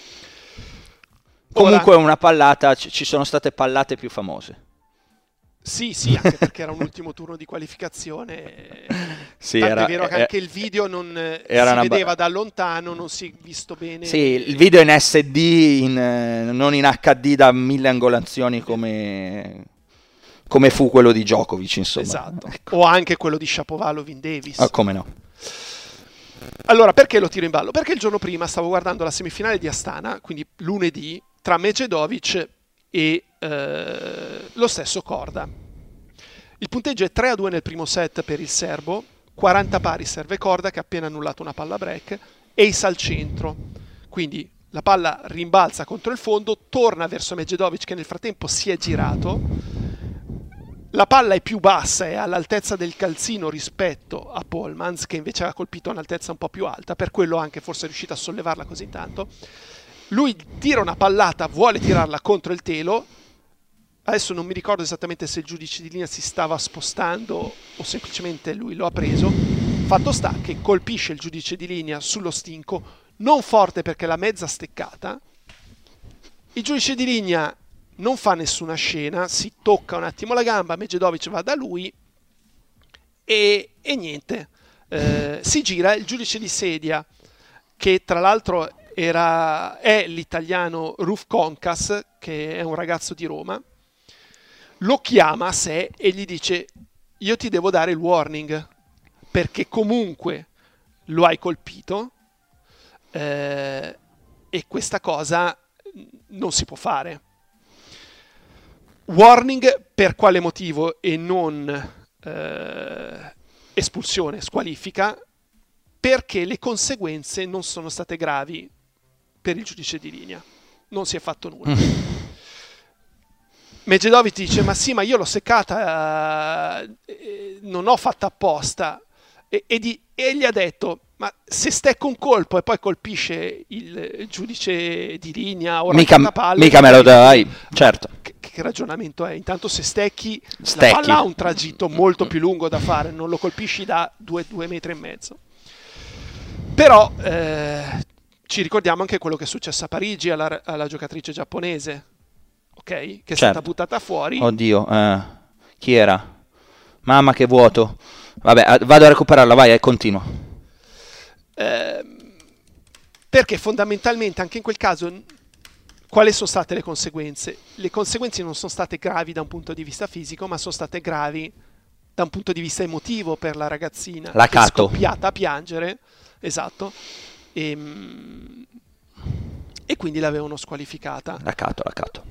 Comunque una pallata, ci sono state pallate più famose. Sì, anche perché era un ultimo turno di qualificazione. Sì, è vero che anche il video non si vedeva da lontano, non si è visto bene. Sì, il video in SD, non in HD da 1000 angolazioni come fu quello di Djokovic, insomma. Esatto. Ecco. O anche quello di Shapovalov Davis. Come no. Allora, perché lo tiro in ballo? Perché il giorno prima stavo guardando la semifinale di Astana, quindi lunedì, tra Medvedovic e lo stesso Korda. Il punteggio è 3-2 nel primo set per il serbo, 40 pari serve Korda che ha appena annullato una palla break, ace al centro, quindi la palla rimbalza contro il fondo, torna verso Medvedovic che nel frattempo si è girato, la palla è più bassa, è all'altezza del calzino rispetto a Polmans che invece ha colpito a un'altezza un po' più alta, per quello anche forse è riuscito a sollevarla così tanto. Lui tira una pallata, vuole tirarla contro il telo. Adesso non mi ricordo esattamente se il giudice di linea si stava spostando o semplicemente lui lo ha preso. Fatto sta che colpisce il giudice di linea sullo stinco, non forte perché l'ha mezza steccata. Il giudice di linea non fa nessuna scena, si tocca un attimo la gamba, Medvedovic va da lui e niente. Si gira, il giudice di sedia, che tra l'altro è l'italiano Ruf Concas, che è un ragazzo di Roma, lo chiama a sé e gli dice: io ti devo dare il warning perché comunque lo hai colpito e questa cosa non si può fare. Warning per quale motivo e non espulsione, squalifica, perché le conseguenze non sono state gravi per il giudice di linea, non si è fatto nulla. Medvedovic dice: ma sì, ma io l'ho seccata, non ho fatto apposta, e gli ha detto: ma se stecco un colpo e poi colpisce il giudice di linea o mica me lo dai, certo. Che ragionamento è? Intanto se stecchi. La palla ha un tragitto molto più lungo da fare, non lo colpisci da 2 metri e mezzo. Però ci ricordiamo anche quello che è successo a Parigi alla giocatrice giapponese, ok? Che è stata buttata fuori. Oddio, chi era? Mamma che vuoto. Vabbè, vado a recuperarla, vai, continua. Perché fondamentalmente anche in quel caso quali sono state le conseguenze? Le conseguenze non sono state gravi da un punto di vista fisico, ma sono state gravi da un punto di vista emotivo per la ragazzina, che è scoppiata a piangere. Esatto. E quindi l'avevano squalificata. La cato.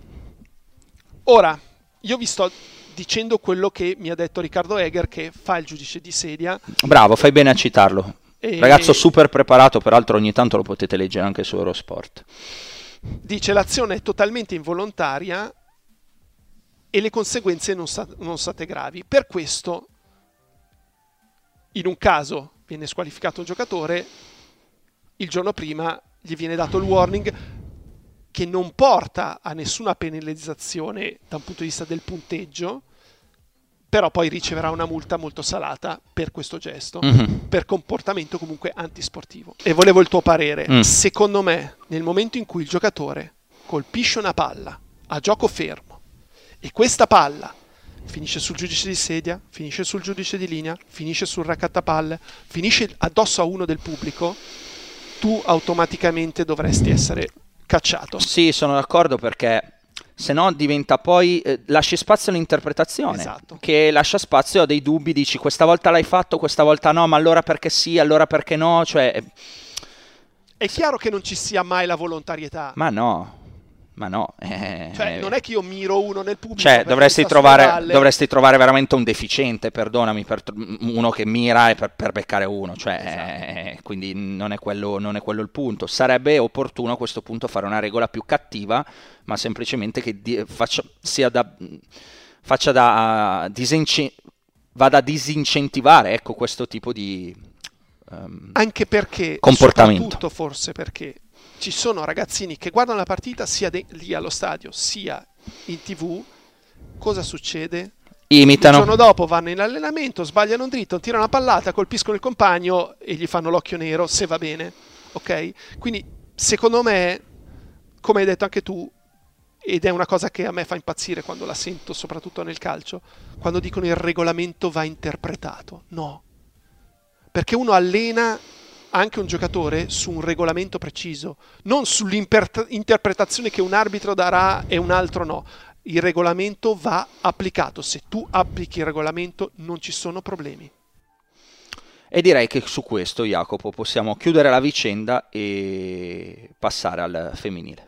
Ora, io vi sto dicendo quello che mi ha detto Riccardo Egger, che fa il giudice di sedia. Bravo, fai bene a citarlo. Ragazzo super preparato, peraltro ogni tanto lo potete leggere anche su Eurosport. Dice: l'azione è totalmente involontaria e le conseguenze non sono state gravi. Per questo, in un caso viene squalificato un giocatore, il giorno prima gli viene dato il warning, che non porta a nessuna penalizzazione da un punto di vista del punteggio, però poi riceverà una multa molto salata per questo gesto, per comportamento comunque antisportivo. E volevo il tuo parere. Secondo me, nel momento in cui il giocatore colpisce una palla a gioco fermo e questa palla finisce sul giudice di sedia, finisce sul giudice di linea, finisce sul raccattapalle, finisce addosso a uno del pubblico, tu automaticamente dovresti essere cacciato. Sì, sono d'accordo, perché se no diventa poi lasci spazio all'interpretazione, esatto, che lascia spazio a dei dubbi, dici questa volta l'hai fatto, questa volta no, ma allora perché sì, allora perché no, cioè è chiaro che non ci sia mai la volontarietà. Ma no. Cioè, non è che io miro uno nel pubblico. Cioè, dovresti trovare veramente un deficiente, perdonami, uno che mira per beccare uno. Cioè, esatto. Quindi non è quello il punto. Sarebbe opportuno a questo punto fare una regola più cattiva, ma semplicemente che faccia da vada a disincentivare, ecco, questo tipo di anche perché, comportamento. soprattutto forse perché ci sono ragazzini che guardano la partita sia lì allo stadio sia in TV. Cosa succede? Imitano. Il giorno dopo vanno in allenamento, sbagliano un dritto, tirano una pallata, colpiscono il compagno e gli fanno l'occhio nero, se va bene, ok? Quindi secondo me, come hai detto anche tu, ed è una cosa che a me fa impazzire quando la sento, soprattutto nel calcio, quando dicono il regolamento va interpretato. No, perché uno allena anche un giocatore su un regolamento preciso, non sull'interpretazione che un arbitro darà e un altro no. Il regolamento va applicato. Se tu applichi il regolamento non ci sono problemi. E direi che su questo, Jacopo, possiamo chiudere la vicenda e passare al femminile.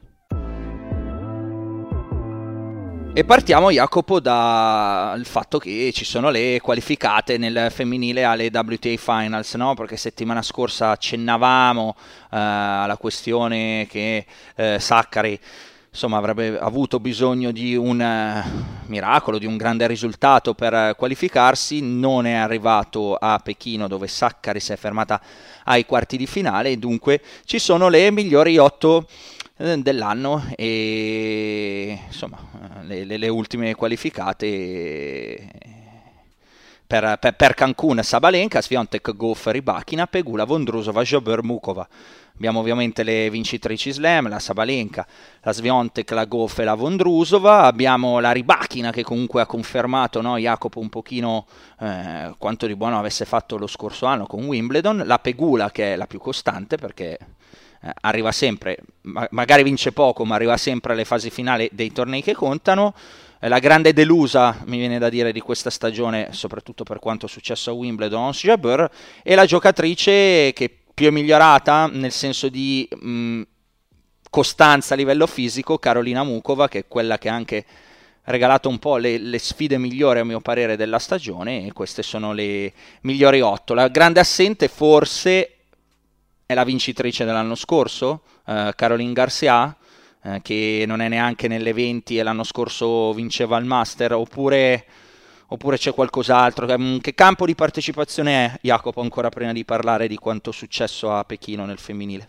E partiamo, Jacopo, dal fatto che ci sono le qualificate nel femminile alle WTA Finals, no? Perché settimana scorsa accennavamo alla questione che Sakkari, insomma, avrebbe avuto bisogno di un miracolo, di un grande risultato per qualificarsi. Non è arrivato a Pechino, dove Sakkari si è fermata ai quarti di finale, e dunque ci sono le migliori 8 dell'anno e insomma le ultime qualificate per Cancun: Sabalenka, Swiatek, Gauff, Rybakina, Pegula, Vondrousova, Jabeur, Mukova. Abbiamo ovviamente le vincitrici slam, la Sabalenka, la Swiatek, la Gauff e la Vondrousova. Abbiamo la Rybakina, che comunque ha confermato, no, Jacopo, un pochino quanto di buono avesse fatto lo scorso anno con Wimbledon. La Pegula, che è la più costante, perché arriva sempre, magari vince poco, ma arriva sempre alle fasi finali dei tornei che contano. La grande delusa, mi viene da dire, di questa stagione, soprattutto per quanto è successo a Wimbledon, Ons Jabeur, e la giocatrice che più è migliorata nel senso di costanza a livello fisico, Karolina Mukova, che è quella che ha anche regalato un po' le sfide migliori, a mio parere, della stagione, e queste sono le migliori 8. La grande assente forse è la vincitrice dell'anno scorso, Caroline Garcia, che non è neanche nelle 20 e l'anno scorso vinceva il Master, oppure c'è qualcos'altro? Che campo di partecipazione è, Jacopo, ancora prima di parlare di quanto successo a Pechino nel femminile?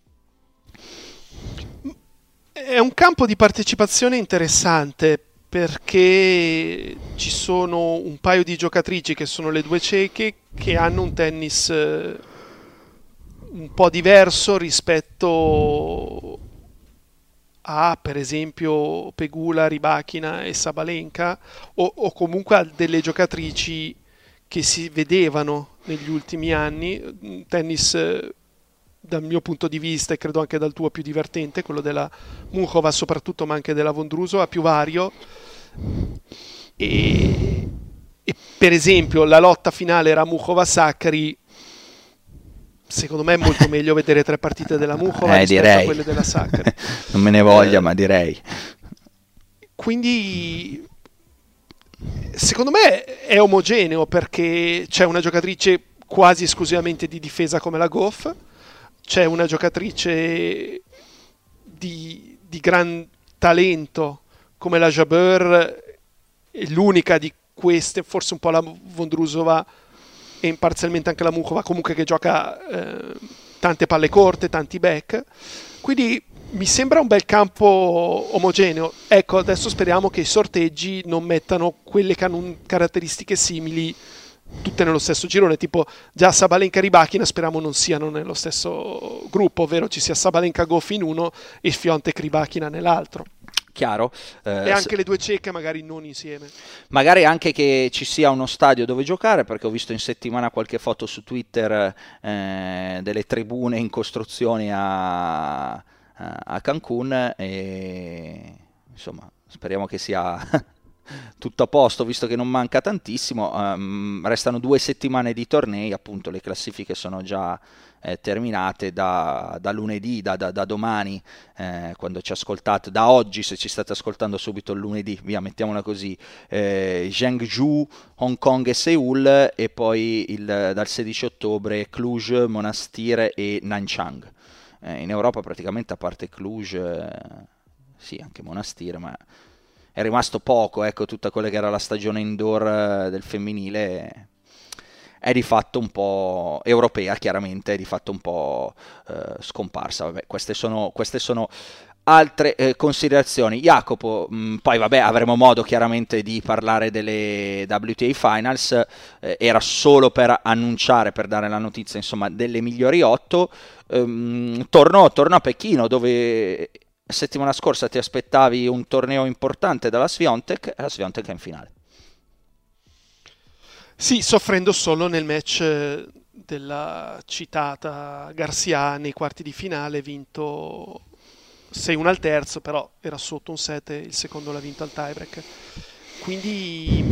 È un campo di partecipazione interessante, perché ci sono un paio di giocatrici che sono le due ceche, che hanno un tennis un po' diverso rispetto a, per esempio, Pegula, Rybakina e Sabalenka, o comunque a delle giocatrici che si vedevano negli ultimi anni. Un tennis, dal mio punto di vista, e credo anche dal tuo, più divertente, quello della Mukova soprattutto, ma anche della Vondrousova, più vario. E per esempio la lotta finale era Mukova-Sakkari. Secondo me è molto meglio vedere 3 partite della Mukova rispetto a quelle della Sakkari. Non me ne voglia, ma direi. Quindi secondo me è omogeneo, perché c'è una giocatrice quasi esclusivamente di difesa come la Gauff, c'è una giocatrice di gran talento come la Jabeur, e l'unica di queste, forse un po' la Vondrousova e parzialmente anche la Mukova, comunque, che gioca tante palle corte, tanti back. Quindi mi sembra un bel campo omogeneo. Ecco, adesso speriamo che i sorteggi non mettano quelle che hanno caratteristiche simili tutte nello stesso girone, tipo già Sabalenka e Rybakina speriamo non siano nello stesso gruppo, ovvero ci sia Sabalenka Gauff in uno e Swiatek Rybakina nell'altro. Chiaro. E anche le due ceche magari non insieme. Magari anche che ci sia uno stadio dove giocare, perché ho visto in settimana qualche foto su Twitter delle tribune in costruzione a Cancun, e insomma speriamo che sia tutto a posto, visto che non manca tantissimo. Restano 2 settimane di tornei, appunto le classifiche sono già terminate da lunedì, da domani, quando ci ascoltate, da oggi, se ci state ascoltando subito il lunedì, via, mettiamola così, Zhengzhou, Hong Kong e Seoul, e poi dal 16 ottobre Cluj, Monastir e Nanchang. In Europa praticamente, a parte Cluj, sì, anche Monastir, ma è rimasto poco, ecco, tutta quella che era la stagione indoor del femminile è di fatto un po' europea, chiaramente, è di fatto un po' scomparsa. Vabbè, queste sono altre considerazioni. Jacopo, poi vabbè, avremo modo chiaramente di parlare delle WTA Finals, era solo per annunciare, per dare la notizia, insomma, delle migliori 8. Torno a Pechino, dove settimana scorsa ti aspettavi un torneo importante dalla Swiatek, e la Swiatek è in finale. Sì, soffrendo solo nel match della citata Garcia nei quarti di finale, vinto 6-1 al terzo, però era sotto un set e il secondo l'ha vinto al tiebreak. Quindi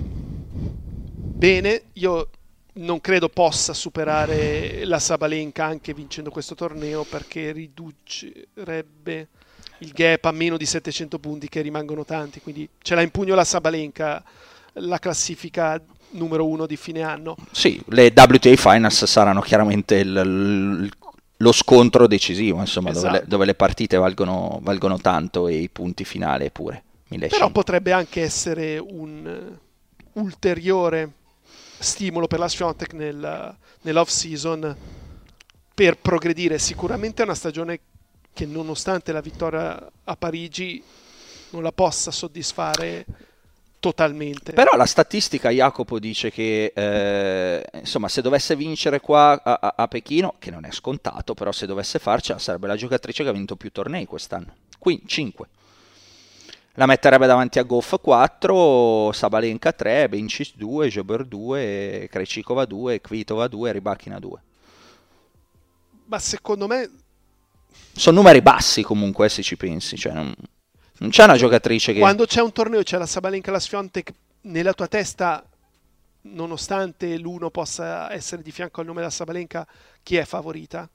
bene, io non credo possa superare la Sabalenka anche vincendo questo torneo, perché riducerebbe il gap a meno di 700 punti, che rimangono tanti, quindi ce l'ha in pugno la Sabalenka, la classifica numero 1 di fine anno. Sì, le WTA Finals saranno chiaramente lo scontro decisivo, insomma, esatto, dove le partite valgono tanto, e i punti finali pure. 1500. Però potrebbe anche essere un ulteriore stimolo per la Swiatek nell'off season per progredire. Sicuramente è una stagione che, nonostante la vittoria a Parigi, non la possa soddisfare totalmente. Però la statistica, Jacopo, dice che insomma, se dovesse vincere qua a Pechino, che non è scontato, però se dovesse farcela, sarebbe la giocatrice che ha vinto più tornei quest'anno, quindi 5. La metterebbe davanti a Goff 4, Sabalenka 3, Bencic 2, Jabeur 2, Krejcikova 2, Kvitova 2, Rybakina 2. Ma secondo me sono numeri bassi comunque, se ci pensi, cioè non c'è una giocatrice che... Quando c'è un torneo e c'è la Sabalenka e la Swiatek, nella tua testa, nonostante l'uno possa essere di fianco al nome della Sabalenka, chi è favorita?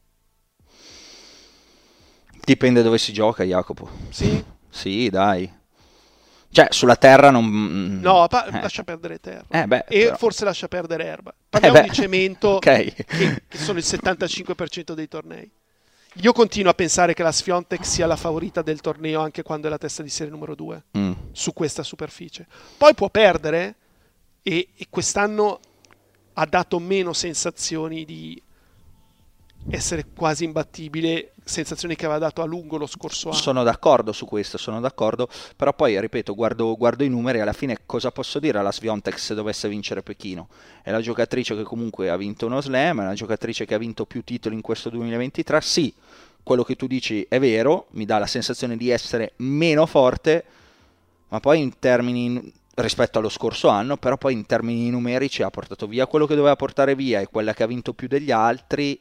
Dipende dove si gioca, Jacopo. Sì? Sì, dai. Cioè, sulla terra non... No, lascia perdere terra. Però... forse lascia perdere erba. Parliamo di cemento, okay, che sono il 75% dei tornei. Io continuo a pensare che la Swiatek sia la favorita del torneo anche quando è la testa di serie numero 2 su questa superficie. Poi può perdere, e quest'anno ha dato meno sensazioni di essere quasi imbattibile, sensazioni che aveva dato a lungo lo scorso anno. Sono d'accordo su questo, però poi, ripeto, guardo i numeri, alla fine cosa posso dire alla Swiatek se dovesse vincere Pechino? È la giocatrice che comunque ha vinto uno slam, è una giocatrice che ha vinto più titoli in questo 2023, sì, quello che tu dici è vero, mi dà la sensazione di essere meno forte, ma poi in termini, rispetto allo scorso anno, però poi in termini numerici ha portato via quello che doveva portare via, e quella che ha vinto più delle altre,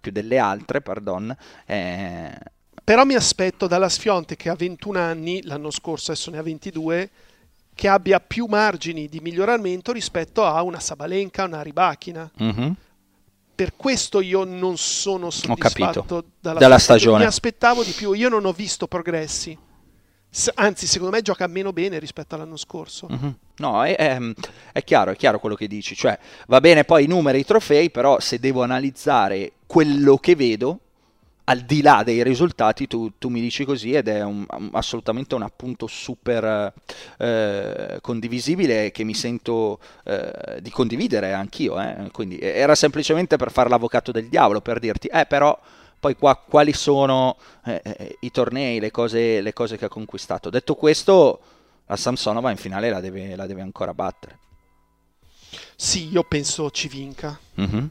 Però mi aspetto dalla Swiatek, che ha 21 anni, l'anno scorso adesso ne ha 22, che abbia più margini di miglioramento rispetto a una Sabalenka, una Rybakina. Mm-hmm. Per questo io non sono soddisfatto dalla stagione. Mi aspettavo di più, io non ho visto progressi. Anzi, secondo me gioca meno bene rispetto all'anno scorso. Mm-hmm. No, è chiaro quello che dici. Cioè, va bene poi i numeri, i trofei, però se devo analizzare quello che vedo, al di là dei risultati, tu mi dici così, ed è assolutamente un appunto super condivisibile, che mi sento di condividere anch'io. Quindi era semplicemente per fare l'avvocato del diavolo, per dirti, però... Poi qua quali sono i tornei, le cose che ha conquistato. Detto questo, la Samsonova in finale la deve ancora battere. Sì, io penso ci vinca. Mm-hmm.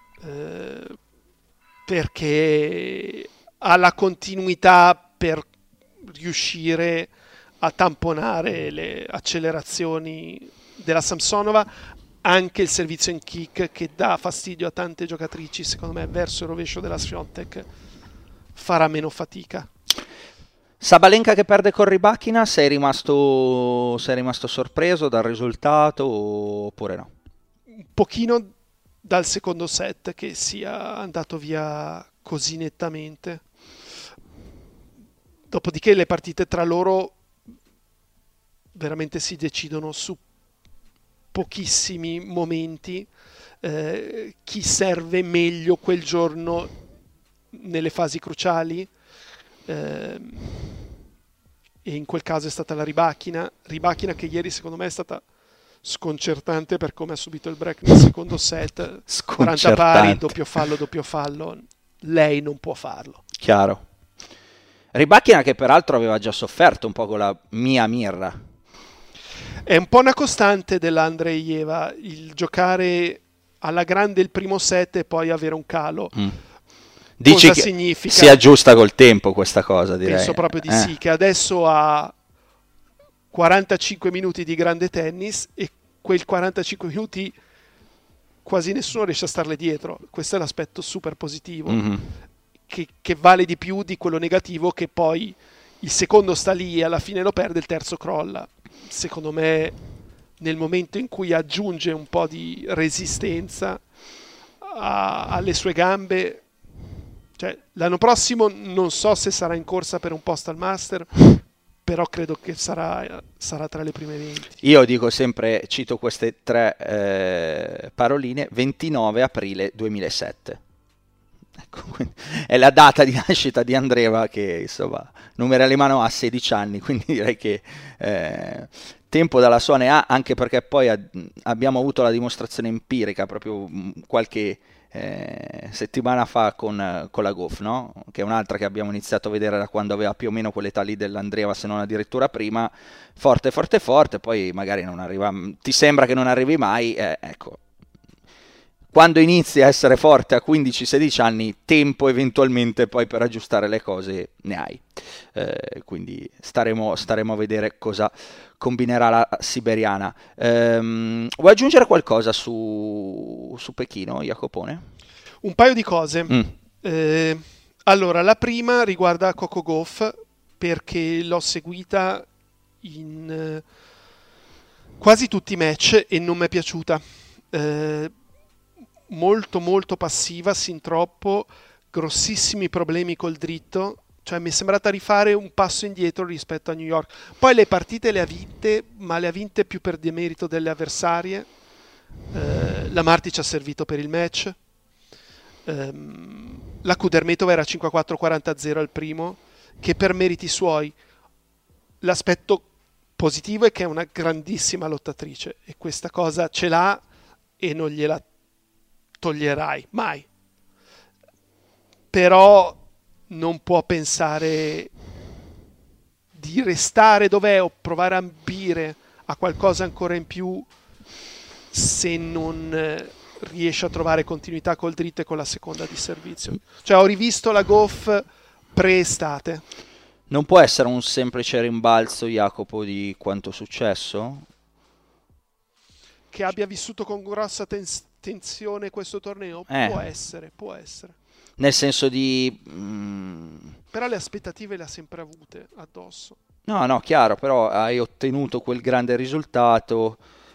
Perché ha la continuità per riuscire a tamponare le accelerazioni della Samsonova. Anche il servizio in kick, che dà fastidio a tante giocatrici, secondo me verso il rovescio della Swiatek farà meno fatica. Sabalenka che perde con Rybakina, sei rimasto sorpreso dal risultato oppure no? Un pochino dal secondo set, che sia andato via così nettamente. Dopodiché le partite tra loro veramente si decidono su pochissimi momenti, chi serve meglio quel giorno nelle fasi cruciali, e in quel caso è stata la Rybakina che ieri secondo me è stata sconcertante per come ha subito il break nel secondo set. 40 pari, doppio fallo, lei non può farlo. Chiaro. Rybakina che peraltro aveva già sofferto un po' con la Mia Mirra. È un po' una costante dell'Andreeva il giocare alla grande il primo set e poi avere un calo. Dici cosa che significa? Si aggiusta col tempo questa cosa, direi. Penso proprio di sì, che adesso ha 45 minuti di grande tennis e quei 45 minuti quasi nessuno riesce a starle dietro. Questo è l'aspetto super positivo, che vale di più di quello negativo, che poi il secondo sta lì e alla fine lo perde, il terzo crolla. Secondo me nel momento in cui aggiunge un po' di resistenza alle sue gambe, cioè l'anno prossimo non so se sarà in corsa per un posto al Master, però credo che sarà tra le prime 20. Io dico sempre, cito queste 3 paroline: 29 aprile 2007. Ecco, è la data di nascita di Andreeva, che insomma numeri in mano, ha 16 anni, quindi direi che tempo dalla sua ne ha, anche perché poi abbiamo avuto la dimostrazione empirica proprio qualche settimana fa con la Gauff, no? Che è un'altra che abbiamo iniziato a vedere da quando aveva più o meno quell'età lì dell'Andreeva, se non addirittura prima, forte, poi magari non arriva, ti sembra che non arrivi mai, ecco. Quando inizi a essere forte a 15-16 anni, tempo eventualmente poi per aggiustare le cose ne hai. Quindi staremo a vedere cosa combinerà la siberiana. Vuoi aggiungere qualcosa su Pechino, Jacopone? Un paio di cose. Allora, la prima riguarda Coco Gauff, perché l'ho seguita in quasi tutti i match e non mi è piaciuta. Molto molto passiva, sin troppo, grossissimi problemi col dritto, cioè mi è sembrata rifare un passo indietro rispetto a New York. Poi le partite le ha vinte, ma le ha vinte più per demerito delle avversarie. La Marti ci ha servito per il match, la Kudermetova era 5-4-40-0 al primo, che per meriti suoi. L'aspetto positivo è che è una grandissima lottatrice e questa cosa ce l'ha e non gliela toglierai mai, però non può pensare di restare dov'è o provare a ambire a qualcosa ancora in più se non riesce a trovare continuità col dritto e con la seconda di servizio. Cioè ho rivisto la Gauff pre-estate. Non può essere un semplice rimbalzo, Jacopo, di quanto successo? Che abbia vissuto con grossa tensione questo torneo? Può essere. Nel senso di... Però le aspettative le ha sempre avute addosso. No, chiaro, però hai ottenuto quel grande risultato,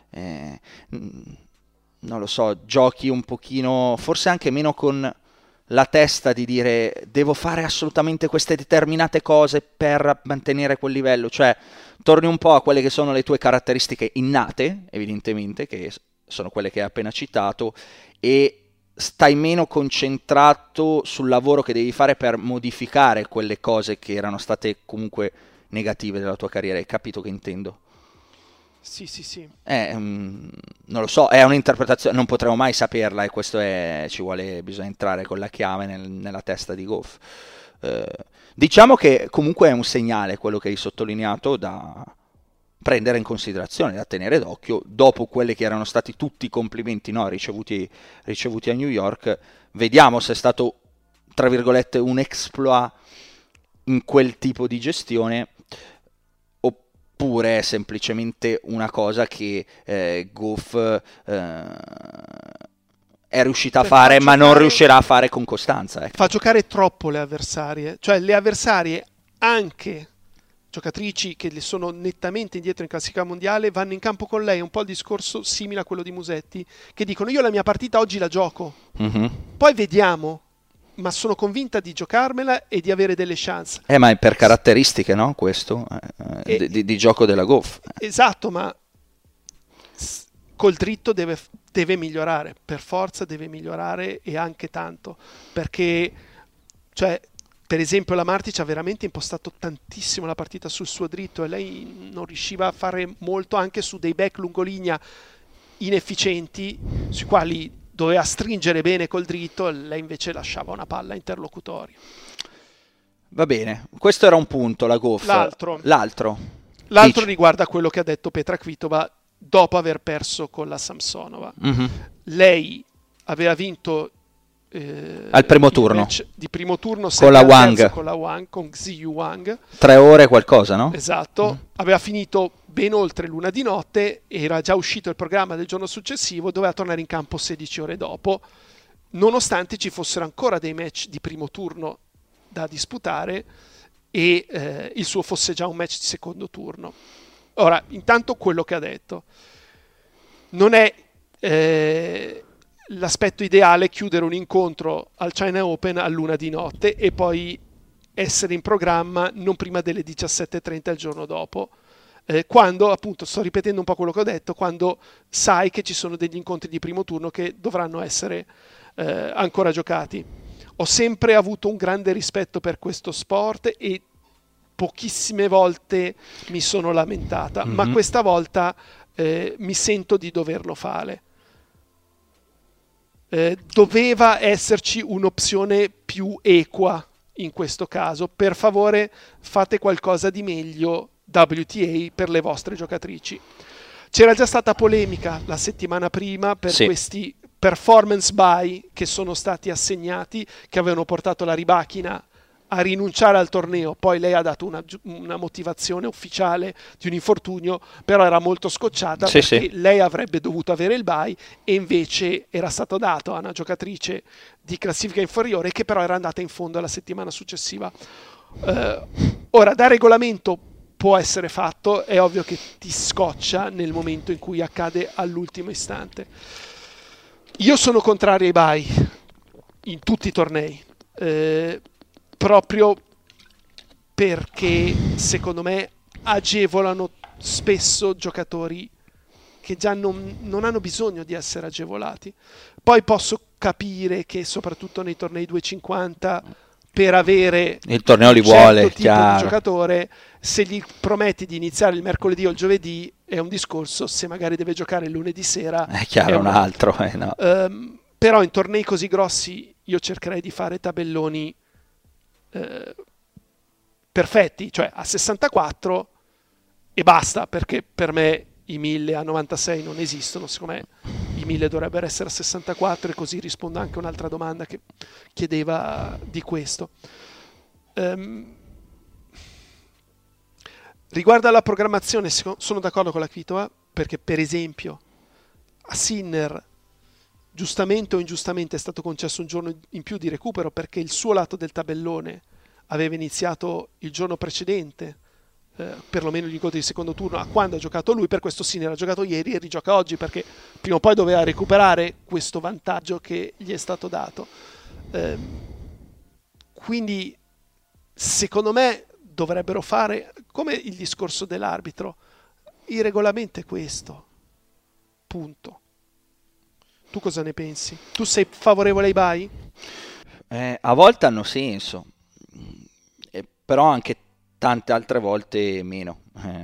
non lo so, giochi un pochino, forse anche meno con la testa di dire devo fare assolutamente queste determinate cose per mantenere quel livello, cioè torni un po' a quelle che sono le tue caratteristiche innate, evidentemente, che sono quelle che hai appena citato, e stai meno concentrato sul lavoro che devi fare per modificare quelle cose che erano state comunque negative della tua carriera. Hai capito che intendo? Sì. Non lo so, è un'interpretazione, non potremo mai saperla, e questo bisogna entrare con la chiave nella testa di Gauff. Diciamo che comunque è un segnale quello che hai sottolineato, da prendere in considerazione, da tenere d'occhio, dopo quelli che erano stati tutti i complimenti, no, ricevuti a New York. Vediamo se è stato, tra virgolette, un exploit in quel tipo di gestione, oppure è semplicemente una cosa che Gauff è riuscita a fare, ma non riuscirà a fare con costanza. Ecco. Fa giocare troppo le avversarie, cioè le avversarie, anche giocatrici che le sono nettamente indietro in classifica mondiale, vanno in campo con lei. Un po' il discorso simile a quello di Musetti, che dicono io la mia partita oggi la gioco, poi vediamo, ma sono convinta di giocarmela e di avere delle chance. Ma è per caratteristiche, no? Questo di gioco della Gauff. Esatto, ma col dritto deve migliorare, per forza deve migliorare, e anche tanto, perché cioè per esempio la Martic ha veramente impostato tantissimo la partita sul suo dritto e lei non riusciva a fare molto anche su dei back lungolinea inefficienti sui quali doveva stringere bene col dritto, lei invece lasciava una palla interlocutoria. Va bene, questo era un punto, la Gauff. L'altro riguarda quello che ha detto Petra Kvitova dopo aver perso con la Samsonova. Mm-hmm. Lei aveva vinto al primo turno di primo turno con la Wang, con Xiyu Wang, 3 ore qualcosa, no? Esatto. Aveva finito ben oltre l'una di notte, era già uscito il programma del giorno successivo, doveva tornare in campo 16 ore dopo, nonostante ci fossero ancora dei match di primo turno da disputare e il suo fosse già un match di secondo turno. Ora, intanto quello che ha detto non è l'aspetto ideale chiudere un incontro al China Open all'una di notte e poi essere in programma non prima delle 17:30 il giorno dopo, quando, appunto, sto ripetendo un po' quello che ho detto, quando sai che ci sono degli incontri di primo turno che dovranno essere ancora giocati. Ho sempre avuto un grande rispetto per questo sport e pochissime volte mi sono lamentata, ma questa volta mi sento di doverlo fare. Doveva esserci un'opzione più equa in questo caso. Per favore, fate qualcosa di meglio, WTA, per le vostre giocatrici. C'era già stata polemica la settimana prima per questi performance buy che sono stati assegnati, che avevano portato la Rybakina a rinunciare al torneo. Poi lei ha dato una motivazione ufficiale di un infortunio, però era molto scocciata perché lei avrebbe dovuto avere il bye e invece era stato dato a una giocatrice di classifica inferiore che però era andata in fondo la settimana successiva. Ora, da regolamento può essere fatto, è ovvio che ti scoccia nel momento in cui accade all'ultimo istante. Io sono contrario ai bye in tutti i tornei, proprio perché secondo me agevolano spesso giocatori che già non hanno bisogno di essere agevolati. Poi posso capire che soprattutto nei tornei 250, per avere il torneo li un certo vuole, tipo chiaro, di giocatore, se gli prometti di iniziare il mercoledì o il giovedì è un discorso, se magari deve giocare il lunedì sera è chiaro, un altro. No. Però in tornei così grossi io cercherei di fare tabelloni perfetti, cioè a 64 e basta, perché per me i 1000 a 96 non esistono. Secondo me i 1000 dovrebbero essere a 64, e così rispondo anche a un'altra domanda che chiedeva di questo. Riguardo alla programmazione, sono d'accordo con la Kvitova, perché per esempio a Sinner giustamente o ingiustamente è stato concesso un giorno in più di recupero, perché il suo lato del tabellone aveva iniziato il giorno precedente, perlomeno gli incontri di secondo turno, a quando ha giocato lui. Per questo Sinner ha giocato ieri e rigioca oggi, perché prima o poi doveva recuperare questo vantaggio che gli è stato dato. Quindi secondo me dovrebbero fare come il discorso dell'arbitro: il regolamento è questo, punto. Tu cosa ne pensi? Tu sei favorevole ai bye? A volte hanno senso, però anche tante altre volte meno.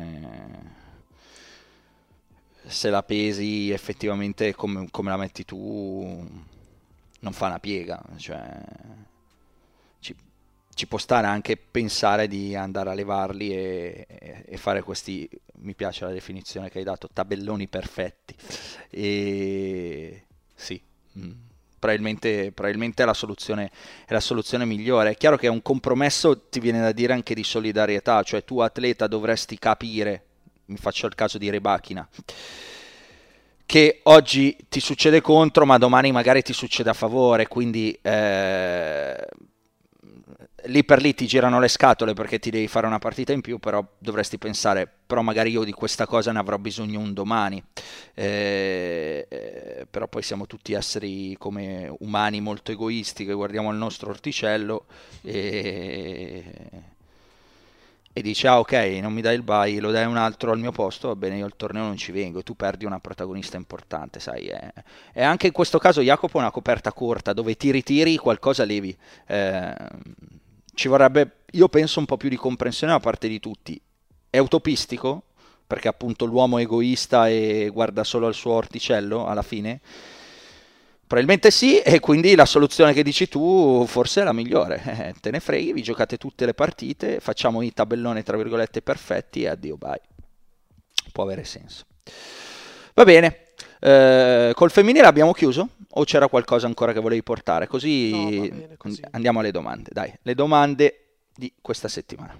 Se la pesi effettivamente come la metti tu, non fa una piega. Cioè, ci può stare anche pensare di andare a levarli e fare questi, mi piace la definizione che hai dato, tabelloni perfetti. E sì, probabilmente è la soluzione migliore. È chiaro che è un compromesso, ti viene da dire, anche di solidarietà, cioè tu atleta dovresti capire, mi faccio il caso di Rybakina, che oggi ti succede contro, ma domani magari ti succede a favore, quindi lì per lì ti girano le scatole perché ti devi fare una partita in più, però dovresti pensare, però magari io di questa cosa ne avrò bisogno un domani. Però poi siamo tutti esseri come umani molto egoisti, che guardiamo il nostro orticello e dici: ah, ok, non mi dai il bye, lo dai un altro al mio posto, va bene, io al torneo non ci vengo, e tu perdi una protagonista importante, sai. E anche in questo caso Jacopo è una coperta corta, dove ti ritiri, qualcosa levi. ci vorrebbe, io penso, un po' più di comprensione da parte di tutti. È utopistico, perché appunto l'uomo è egoista e guarda solo al suo orticello alla fine? Probabilmente sì, e quindi la soluzione che dici tu forse è la migliore. Te ne freghi, vi giocate tutte le partite, facciamo i tabelloni tra virgolette perfetti e addio, bye. Può avere senso. Va bene, col femminile abbiamo chiuso? O c'era qualcosa ancora che volevi portare? Così, no, va bene, così. Andiamo alle domande, dai, le domande di questa settimana.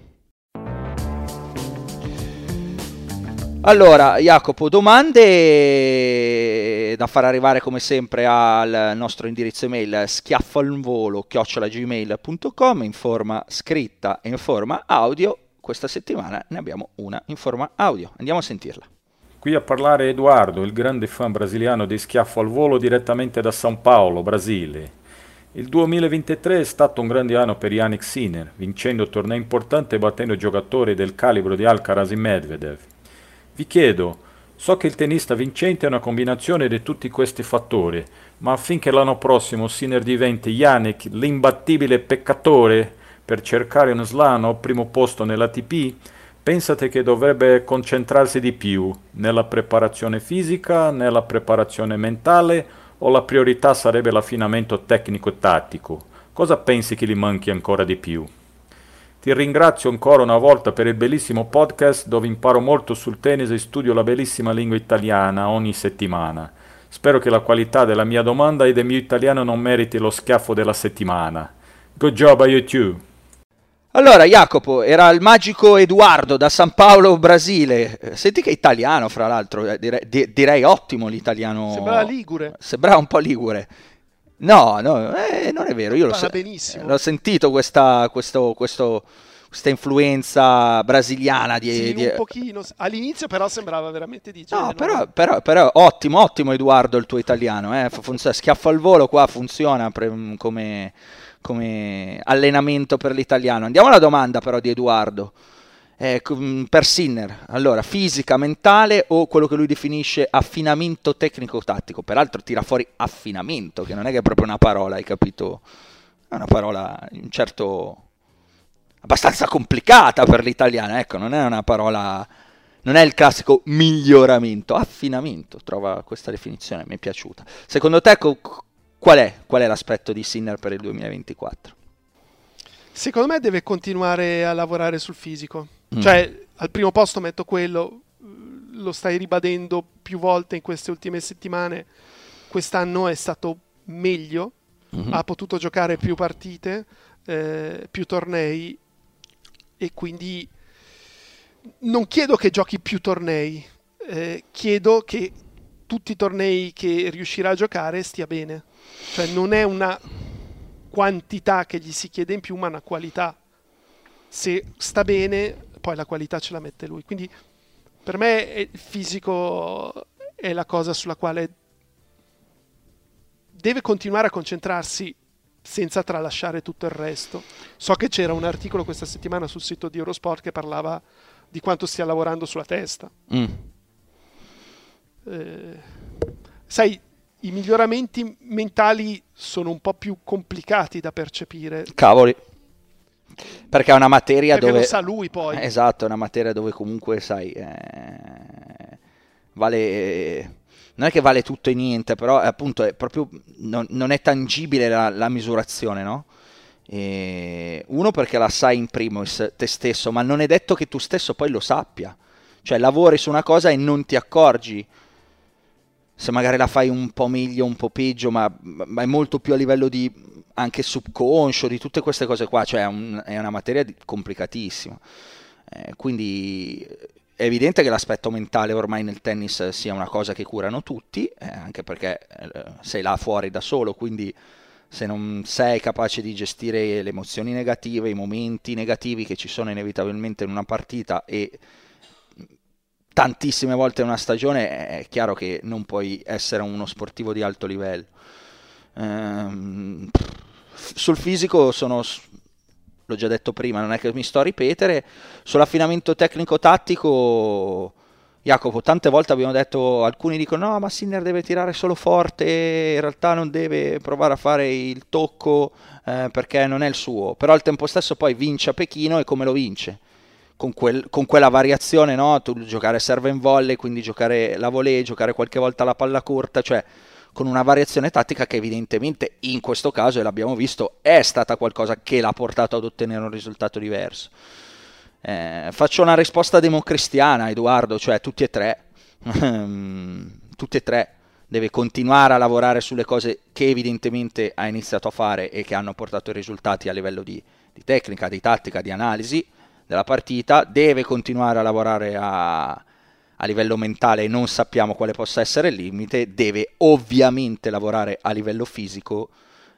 Allora, Jacopo, domande da far arrivare come sempre al nostro indirizzo email schiaffalvolo@gmail.com in forma scritta e in forma audio. Questa settimana ne abbiamo una in forma audio. Andiamo a sentirla. Qui a parlare Edoardo, il grande fan brasiliano di Schiaffo al Volo direttamente da São Paulo, Brasile. Il 2023 è stato un grande anno per Jannik Sinner, vincendo tornei importanti e battendo giocatori del calibro di Alcaraz e Medvedev. Vi chiedo, so che il tennista vincente è una combinazione di tutti questi fattori, ma affinché l'anno prossimo Sinner diventi Jannik l'imbattibile peccatore per cercare uno slam o primo posto nell'ATP, pensate che dovrebbe concentrarsi di più nella preparazione fisica, nella preparazione mentale o la priorità sarebbe l'affinamento tecnico e tattico? Cosa pensi che gli manchi ancora di più? Ti ringrazio ancora una volta per il bellissimo podcast dove imparo molto sul tennis e studio la bellissima lingua italiana ogni settimana. Spero che la qualità della mia domanda e del mio italiano non meriti lo schiaffo della settimana. Good job a you too! Allora, Jacopo, era il magico Edoardo da San Paolo, Brasile. Senti che è italiano, fra l'altro, direi ottimo l'italiano. Sembrava ligure. Sembrava un po' ligure. No, non è vero, io l'ho sentito questa influenza brasiliana un pochino, all'inizio però sembrava veramente di genere. No, però ottimo Edoardo il tuo italiano, schiaffo al volo qua funziona come allenamento per l'italiano. Andiamo alla domanda però di Edoardo. Per Sinner, allora, fisica, mentale o quello che lui definisce affinamento tecnico-tattico? Peraltro tira fuori affinamento, che non è che è proprio una parola, hai capito? È una parola abbastanza complicata per l'italiano, ecco, non è una parola, non è il classico miglioramento, affinamento, trova questa definizione, mi è piaciuta. Secondo te qual è l'aspetto di Sinner per il 2024? Secondo me deve continuare a lavorare sul fisico. Cioè, al primo posto metto quello, lo stai ribadendo più volte in queste ultime settimane. Quest'anno è stato meglio, ha potuto giocare più partite, più tornei, e quindi non chiedo che giochi più tornei, chiedo che tutti i tornei che riuscirà a giocare stia bene. Cioè non è una quantità che gli si chiede in più, ma una qualità. Se sta bene, poi la qualità ce la mette lui. Quindi per me il fisico è la cosa sulla quale deve continuare a concentrarsi senza tralasciare tutto il resto. So che c'era un articolo questa settimana sul sito di Eurosport che parlava di quanto stia lavorando sulla testa. Sai, i miglioramenti mentali sono un po' più complicati da percepire. Cavoli. Perché è una materia dove lo sa lui poi. Esatto, è una materia dove comunque sai vale, non è che vale tutto e niente, però appunto è proprio non è tangibile la misurazione, no? Uno perché la sai in primis te stesso, ma non è detto che tu stesso poi lo sappia. Cioè lavori su una cosa e non ti accorgi se magari la fai un po' meglio, un po' peggio, ma è molto più a livello di anche subconscio, di tutte queste cose qua, cioè è una materia complicatissima. Quindi è evidente che l'aspetto mentale ormai nel tennis sia una cosa che curano tutti, anche perché sei là fuori da solo, quindi se non sei capace di gestire le emozioni negative, i momenti negativi che ci sono inevitabilmente in una partita e tantissime volte in una stagione, è chiaro che non puoi essere uno sportivo di alto livello. Sul fisico l'ho già detto prima, non è che mi sto a ripetere. Sull'affinamento tecnico-tattico Jacopo, tante volte abbiamo detto, alcuni dicono no, ma Sinner deve tirare solo forte, in realtà non deve provare a fare il tocco perché non è il suo, però al tempo stesso poi vince a Pechino e come lo vince? Con quella variazione, no? Tu giocare serve and volley, quindi giocare la volée, giocare qualche volta la palla corta, cioè con una variazione tattica che evidentemente in questo caso, e l'abbiamo visto, è stata qualcosa che l'ha portato ad ottenere un risultato diverso. Faccio una risposta democristiana, Edoardo, cioè tutti e tre. Tutti e tre. Deve continuare a lavorare sulle cose che evidentemente ha iniziato a fare e che hanno portato i risultati a livello di tecnica, di tattica, di analisi della partita, deve continuare a lavorare a livello mentale e non sappiamo quale possa essere il limite, deve ovviamente lavorare a livello fisico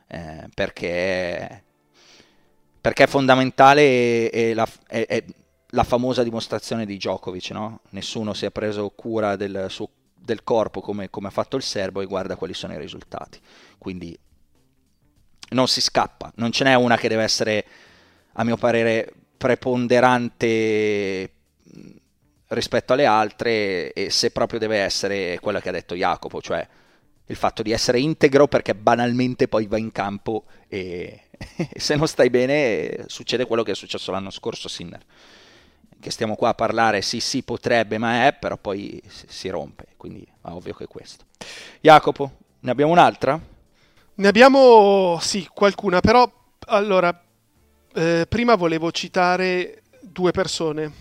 perché è fondamentale è la famosa dimostrazione di Djokovic, no? Nessuno si è preso cura del corpo come ha fatto il serbo e guarda quali sono i risultati, quindi non si scappa, non ce n'è una che deve essere, a mio parere, preponderante rispetto alle altre, e se proprio deve essere quella che ha detto Jacopo, cioè il fatto di essere integro, perché banalmente poi va in campo e se non stai bene succede quello che è successo l'anno scorso a Sinner, che stiamo qua a parlare sì potrebbe ma è, però poi si rompe, quindi è ovvio che è questo. Jacopo, ne abbiamo un'altra? Ne abbiamo sì qualcuna, però allora prima volevo citare due persone.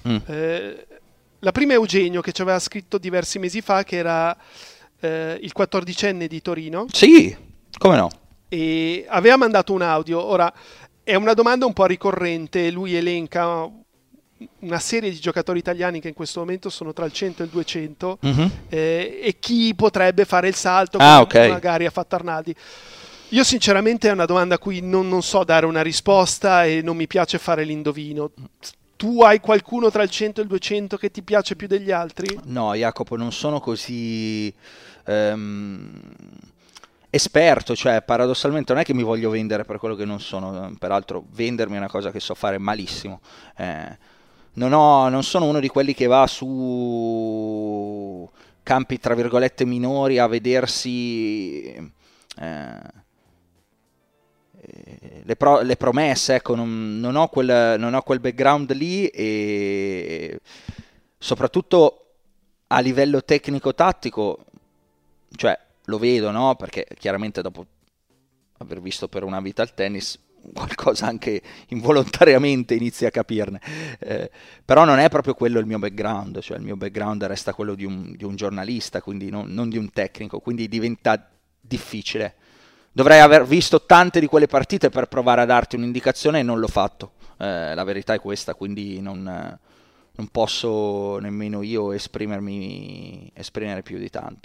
La prima è Eugenio, che ci aveva scritto diversi mesi fa, che era il 14enne di Torino. Sì, come no? E aveva mandato un audio. Ora, è una domanda un po' ricorrente. Lui elenca una serie di giocatori italiani che in questo momento sono tra il 100 e il 200 e chi potrebbe fare il salto come magari ha fatto Arnaldi. Io sinceramente è una domanda a cui non so dare una risposta e non mi piace fare l'indovino. Tu hai qualcuno tra il 100 e il 200 che ti piace più degli altri? No, Jacopo, non sono così esperto, cioè paradossalmente non è che mi voglio vendere per quello che non sono, peraltro vendermi è una cosa che so fare malissimo. Non sono uno di quelli che va su campi tra virgolette minori a vedersi le promesse, ecco, non ho quel background lì, e soprattutto a livello tecnico-tattico, cioè lo vedo, no? Perché chiaramente dopo aver visto per una vita il tennis qualcosa anche involontariamente inizi a capirne, però non è proprio quello il mio background, cioè il mio background resta quello di un giornalista, quindi non di un tecnico, quindi diventa difficile. Dovrei aver visto tante di quelle partite per provare a darti un'indicazione e non l'ho fatto, la verità è questa, quindi non posso nemmeno io esprimere più di tanto.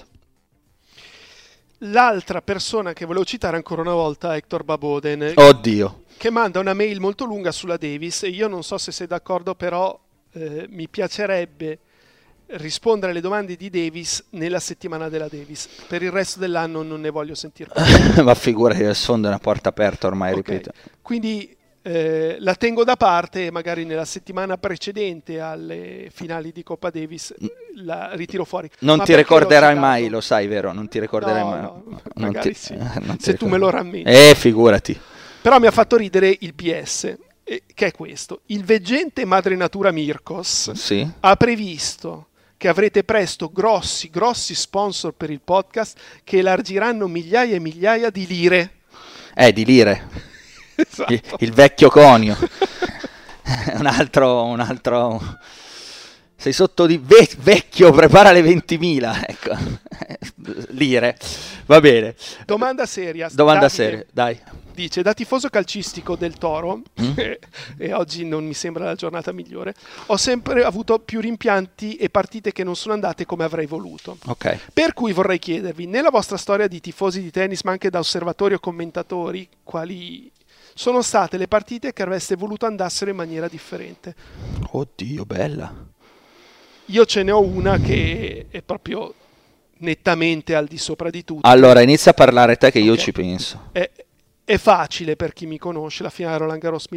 L'altra persona che volevo citare ancora una volta è Hector Baboden. Oddio. Che manda una mail molto lunga sulla Davis, e io non so se sei d'accordo, però mi piacerebbe rispondere alle domande di Davis nella settimana della Davis. Per il resto dell'anno non ne voglio sentire più. Ma figurati, sfondo è una porta aperta ormai, okay. Ripeto. Quindi la tengo da parte e magari nella settimana precedente alle finali di Coppa Davis la ritiro fuori. Non ti ricorderai mai, lo sai, vero? Non ti ricorderai mai. No, magari sì. Se tu me lo rammenti. Figurati. Però mi ha fatto ridere il PS, che è questo. Il veggente madre natura Mirkos ha previsto che avrete presto grossi sponsor per il podcast che elargiranno migliaia e migliaia di lire. Di lire. Esatto. Il vecchio conio. un altro. Sei sotto di vecchio, prepara le 20.000. Ecco. Lire. Va bene. Domanda seria. Dai. Dice, da tifoso calcistico del Toro, e oggi non mi sembra la giornata migliore, ho sempre avuto più rimpianti e partite che non sono andate come avrei voluto. Okay. Per cui vorrei chiedervi, nella vostra storia di tifosi di tennis, ma anche da osservatori o commentatori, quali sono state le partite che avreste voluto andassero in maniera differente? Oddio, bella. Io ce ne ho una che è proprio nettamente al di sopra di tutto. Allora, inizia a parlare te che io ci penso. È facile per chi mi conosce, la finale Roland Garros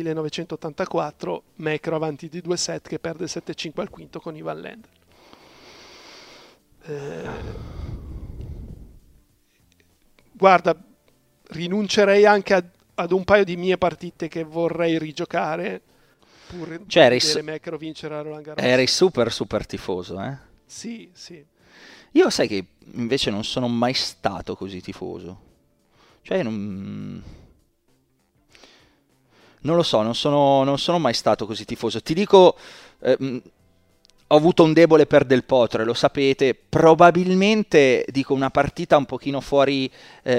1984, Mecro avanti di 2 set che perde 7-5 al quinto con Ivan Lendl. Guarda, rinuncerei anche ad un paio di mie partite che vorrei rigiocare pur di vedere Mecaro vincere a Roland Garros. Eri super super tifoso, eh? Sì, sì. Io sai che invece non sono mai stato così tifoso. Cioè non lo so, non sono mai stato così tifoso. Ti dico, ho avuto un debole per Del Potro, lo sapete. Probabilmente, dico, una partita un pochino fuori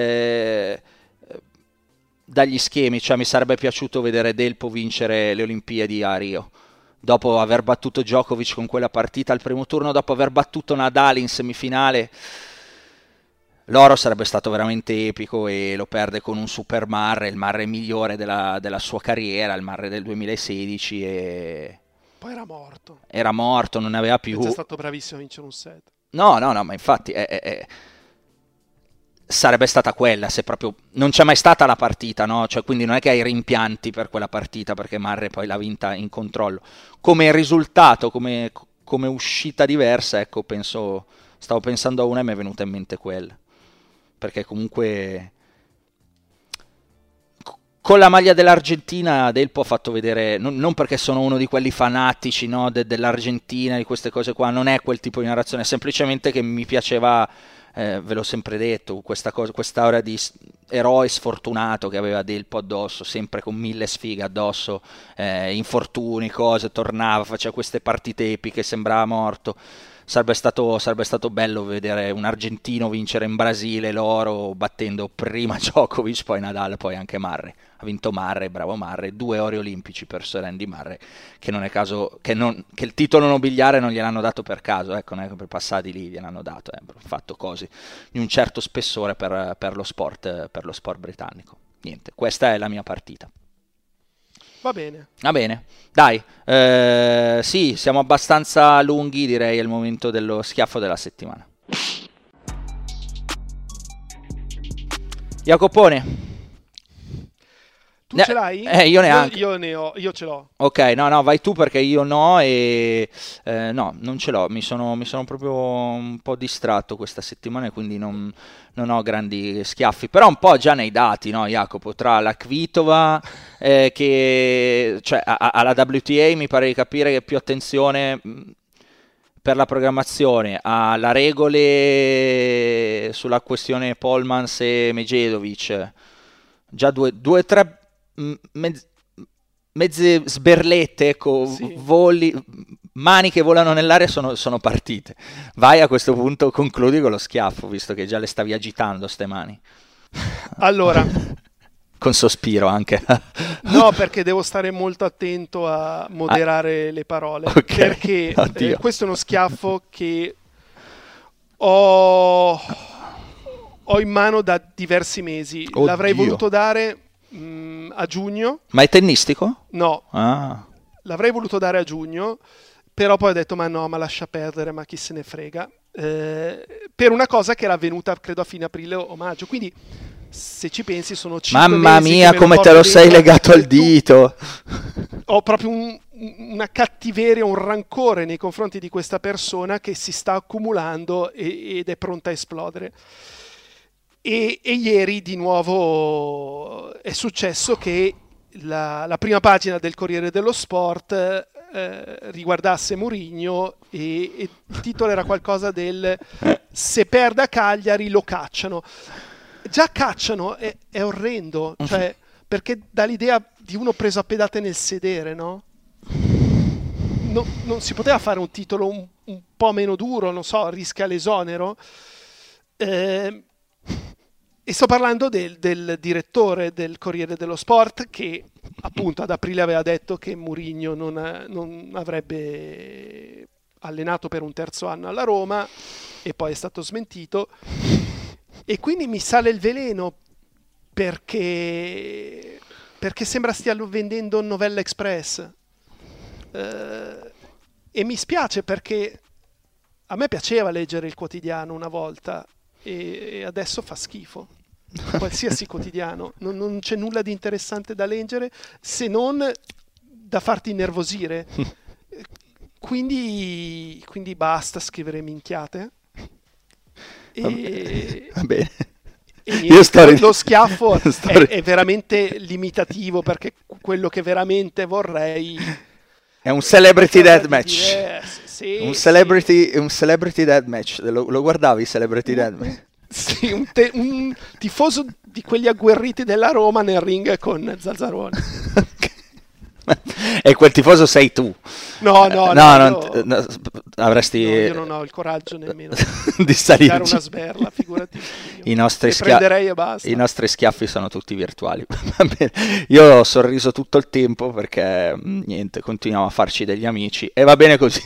dagli schemi. Cioè mi sarebbe piaciuto vedere Delpo vincere le Olimpiadi a Rio. Dopo aver battuto Djokovic con quella partita al primo turno, dopo aver battuto Nadal in semifinale, l'oro sarebbe stato veramente epico e lo perde con un super Murray, il Murray migliore della sua carriera, il Murray del 2016 e... Poi era morto. Era morto, non ne aveva più. È stato bravissimo a vincere un set. No, ma infatti sarebbe stata quella, se proprio... Non c'è mai stata la partita, no? Cioè, quindi non è che hai rimpianti per quella partita, perché Murray poi l'ha vinta in controllo. Come risultato, come uscita diversa, ecco, stavo pensando a una e mi è venuta in mente quella. Perché comunque con la maglia dell'Argentina Delpo ha fatto vedere, non perché sono uno di quelli fanatici, no, dell'Argentina, di queste cose qua, non è quel tipo di narrazione, è semplicemente che mi piaceva, ve l'ho sempre detto, quest'aura di eroe sfortunato che aveva Delpo addosso, sempre con 1000 sfighe addosso, infortuni, cose, tornava, faceva queste partite epiche, sembrava morto. Sarebbe stato bello vedere un argentino vincere in Brasile l'oro battendo prima Djokovic, poi Nadal, poi anche Murray. Ha vinto Murray, bravo Murray, 2 ori olimpici per Sir Andy Murray, che non è caso che il titolo nobiliare non gliel'hanno dato per caso, ecco, non è che per passati lì gliel'hanno dato, fatto cose di un certo spessore per lo sport britannico. Niente, questa è la mia partita. Va bene. Dai, sì, siamo abbastanza lunghi, direi è il momento dello schiaffo della settimana. Jacopone. Tu ce l'hai? Io neanche. Io ce l'ho. Ok, no, vai tu perché io no e no, non ce l'ho, mi sono proprio un po' distratto questa settimana e quindi non ho grandi schiaffi, però un po' già nei dati, no, Jacopo, tra la Kvitova che cioè alla WTA mi pare di capire che più attenzione per la programmazione, alla regole sulla questione Polmans e Medjedovic, già due tre mezze sberlette, ecco, sì. Mani che volano nell'aria sono partite. Vai, a questo punto concludi con lo schiaffo, visto che già le stavi agitando ste mani. Allora, con sospiro anche. No, perché devo stare molto attento a moderare le parole, okay. Perché questo è uno schiaffo che ho in mano da diversi mesi. Oddio. L'avrei voluto dare a giugno. Ma è tennistico? No. L'avrei voluto dare a giugno, però poi ho detto ma lascia perdere, ma chi se ne frega, per una cosa che era avvenuta credo a fine aprile o maggio, quindi se ci pensi sono 5 mesi. Mamma mia, come te lo sei legato al dito. Ho proprio una cattiveria, un rancore nei confronti di questa persona che si sta accumulando ed è pronta a esplodere. E ieri di nuovo è successo che la prima pagina del Corriere dello Sport riguardasse Mourinho e il titolo era qualcosa del se perde a Cagliari lo cacciano. Già cacciano è orrendo, cioè, perché dà l'idea di uno preso a pedate nel sedere, no? Non si poteva fare un titolo un po' meno duro, non so, rischia l'esonero? E sto parlando del direttore del Corriere dello Sport che appunto ad aprile aveva detto che Mourinho non avrebbe allenato per un terzo anno alla Roma e poi è stato smentito, e quindi mi sale il veleno perché sembra stiano vendendo Novella Express, e mi spiace perché a me piaceva leggere il quotidiano una volta e adesso fa schifo. Qualsiasi quotidiano, non c'è nulla di interessante da leggere se non da farti innervosire. Quindi basta scrivere minchiate Va bene. Lo schiaffo è veramente limitativo, perché quello che veramente vorrei è un celebrity deathmatch. Un celebrity deathmatch. Lo guardavi Celebrity Deathmatch? Sì, un tifoso di quelli agguerriti della Roma nel ring con Zazzaroni. E quel tifoso sei tu. No, avresti... io non ho il coraggio nemmeno di salirci. dare una sberla, figurati. I nostri prenderei e basta. I nostri schiaffi sono tutti virtuali. Va bene. Io ho sorriso tutto il tempo perché niente, continuiamo a farci degli amici e va bene così.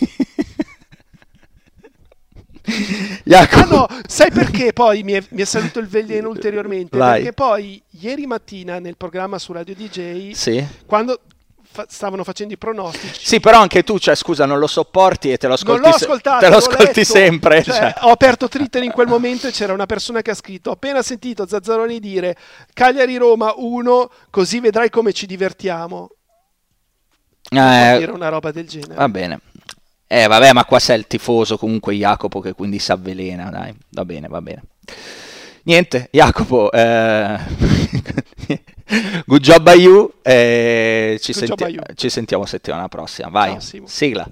No, sai perché poi mi è salito il veleno ulteriormente? Perché poi ieri mattina nel programma su Radio DJ, sì, quando stavano facendo i pronostici, sì, però anche tu, cioè, scusa, non lo sopporti e te lo ascolti, non l'ho ascoltato, te lo ascolti sempre, cioè. Ho aperto Twitter in quel momento e c'era una persona che ha scritto: ho appena sentito Zazzaroni dire Cagliari-Roma 1, così vedrai come ci divertiamo. Dire una roba del genere. Va bene. Vabbè, ma qua sei il tifoso comunque Jacopo, che quindi si avvelena, dai. Va bene. Niente, Jacopo, good job by you, ci sentiamo settimana prossima. Vai, ciao, sigla.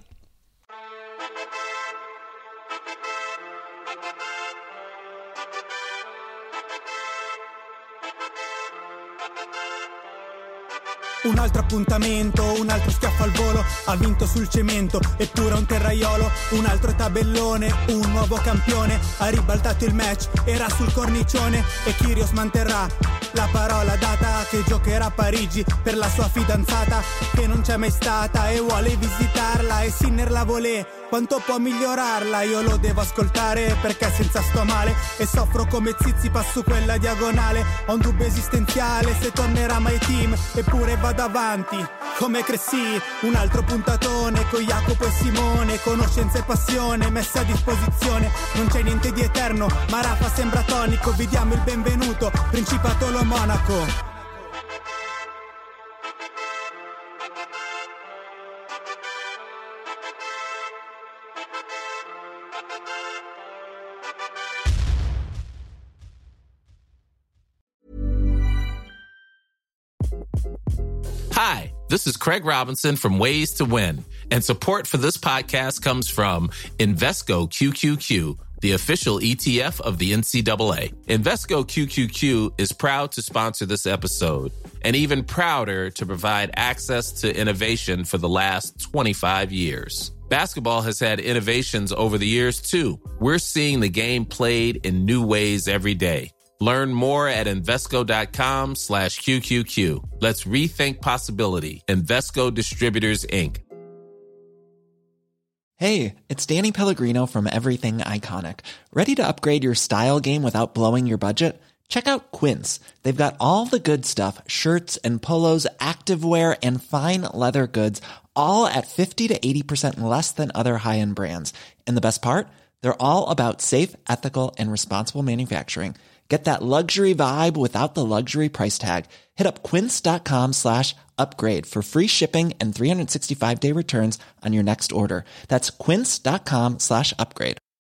Un altro appuntamento, un altro schiaffo al volo, ha vinto sul cemento, eppure un terraiolo, un altro tabellone, un nuovo campione, ha ribaltato il match, era sul cornicione e Kyrgios manterrà la parola data che giocherà a Parigi per la sua fidanzata che non c'è mai stata e vuole visitarla e Sinner la volè. Quanto può migliorarla? Io lo devo ascoltare perché senza sto male e soffro come Tsitsipas su quella diagonale. Ho un dubbio esistenziale se tornerà mai team, eppure vado avanti come Cressy. Un altro puntatone con Jacopo e Simone, conoscenza e passione messe a disposizione. Non c'è niente di eterno, ma Rafa sembra tonico. Vi diamo il benvenuto, Principato lo Monaco. Hi, this is Craig Robinson from Ways to Win, and support for this podcast comes from Invesco QQQ, the official ETF of the NCAA. Invesco QQQ is proud to sponsor this episode, and even prouder to provide access to innovation for the last 25 years. Basketball has had innovations over the years, too. We're seeing the game played in new ways every day. Learn more at Invesco.com/QQQ. Let's rethink possibility. Invesco Distributors, Inc. Hey, it's Danny Pellegrino from Everything Iconic. Ready to upgrade your style game without blowing your budget? Check out Quince. They've got all the good stuff, shirts and polos, activewear, and fine leather goods, all at 50 to 80% less than other high-end brands. And the best part? They're all about safe, ethical, and responsible manufacturing. Get that luxury vibe without the luxury price tag. Hit up quince.com/upgrade for free shipping and 365-day returns on your next order. That's quince.com/upgrade.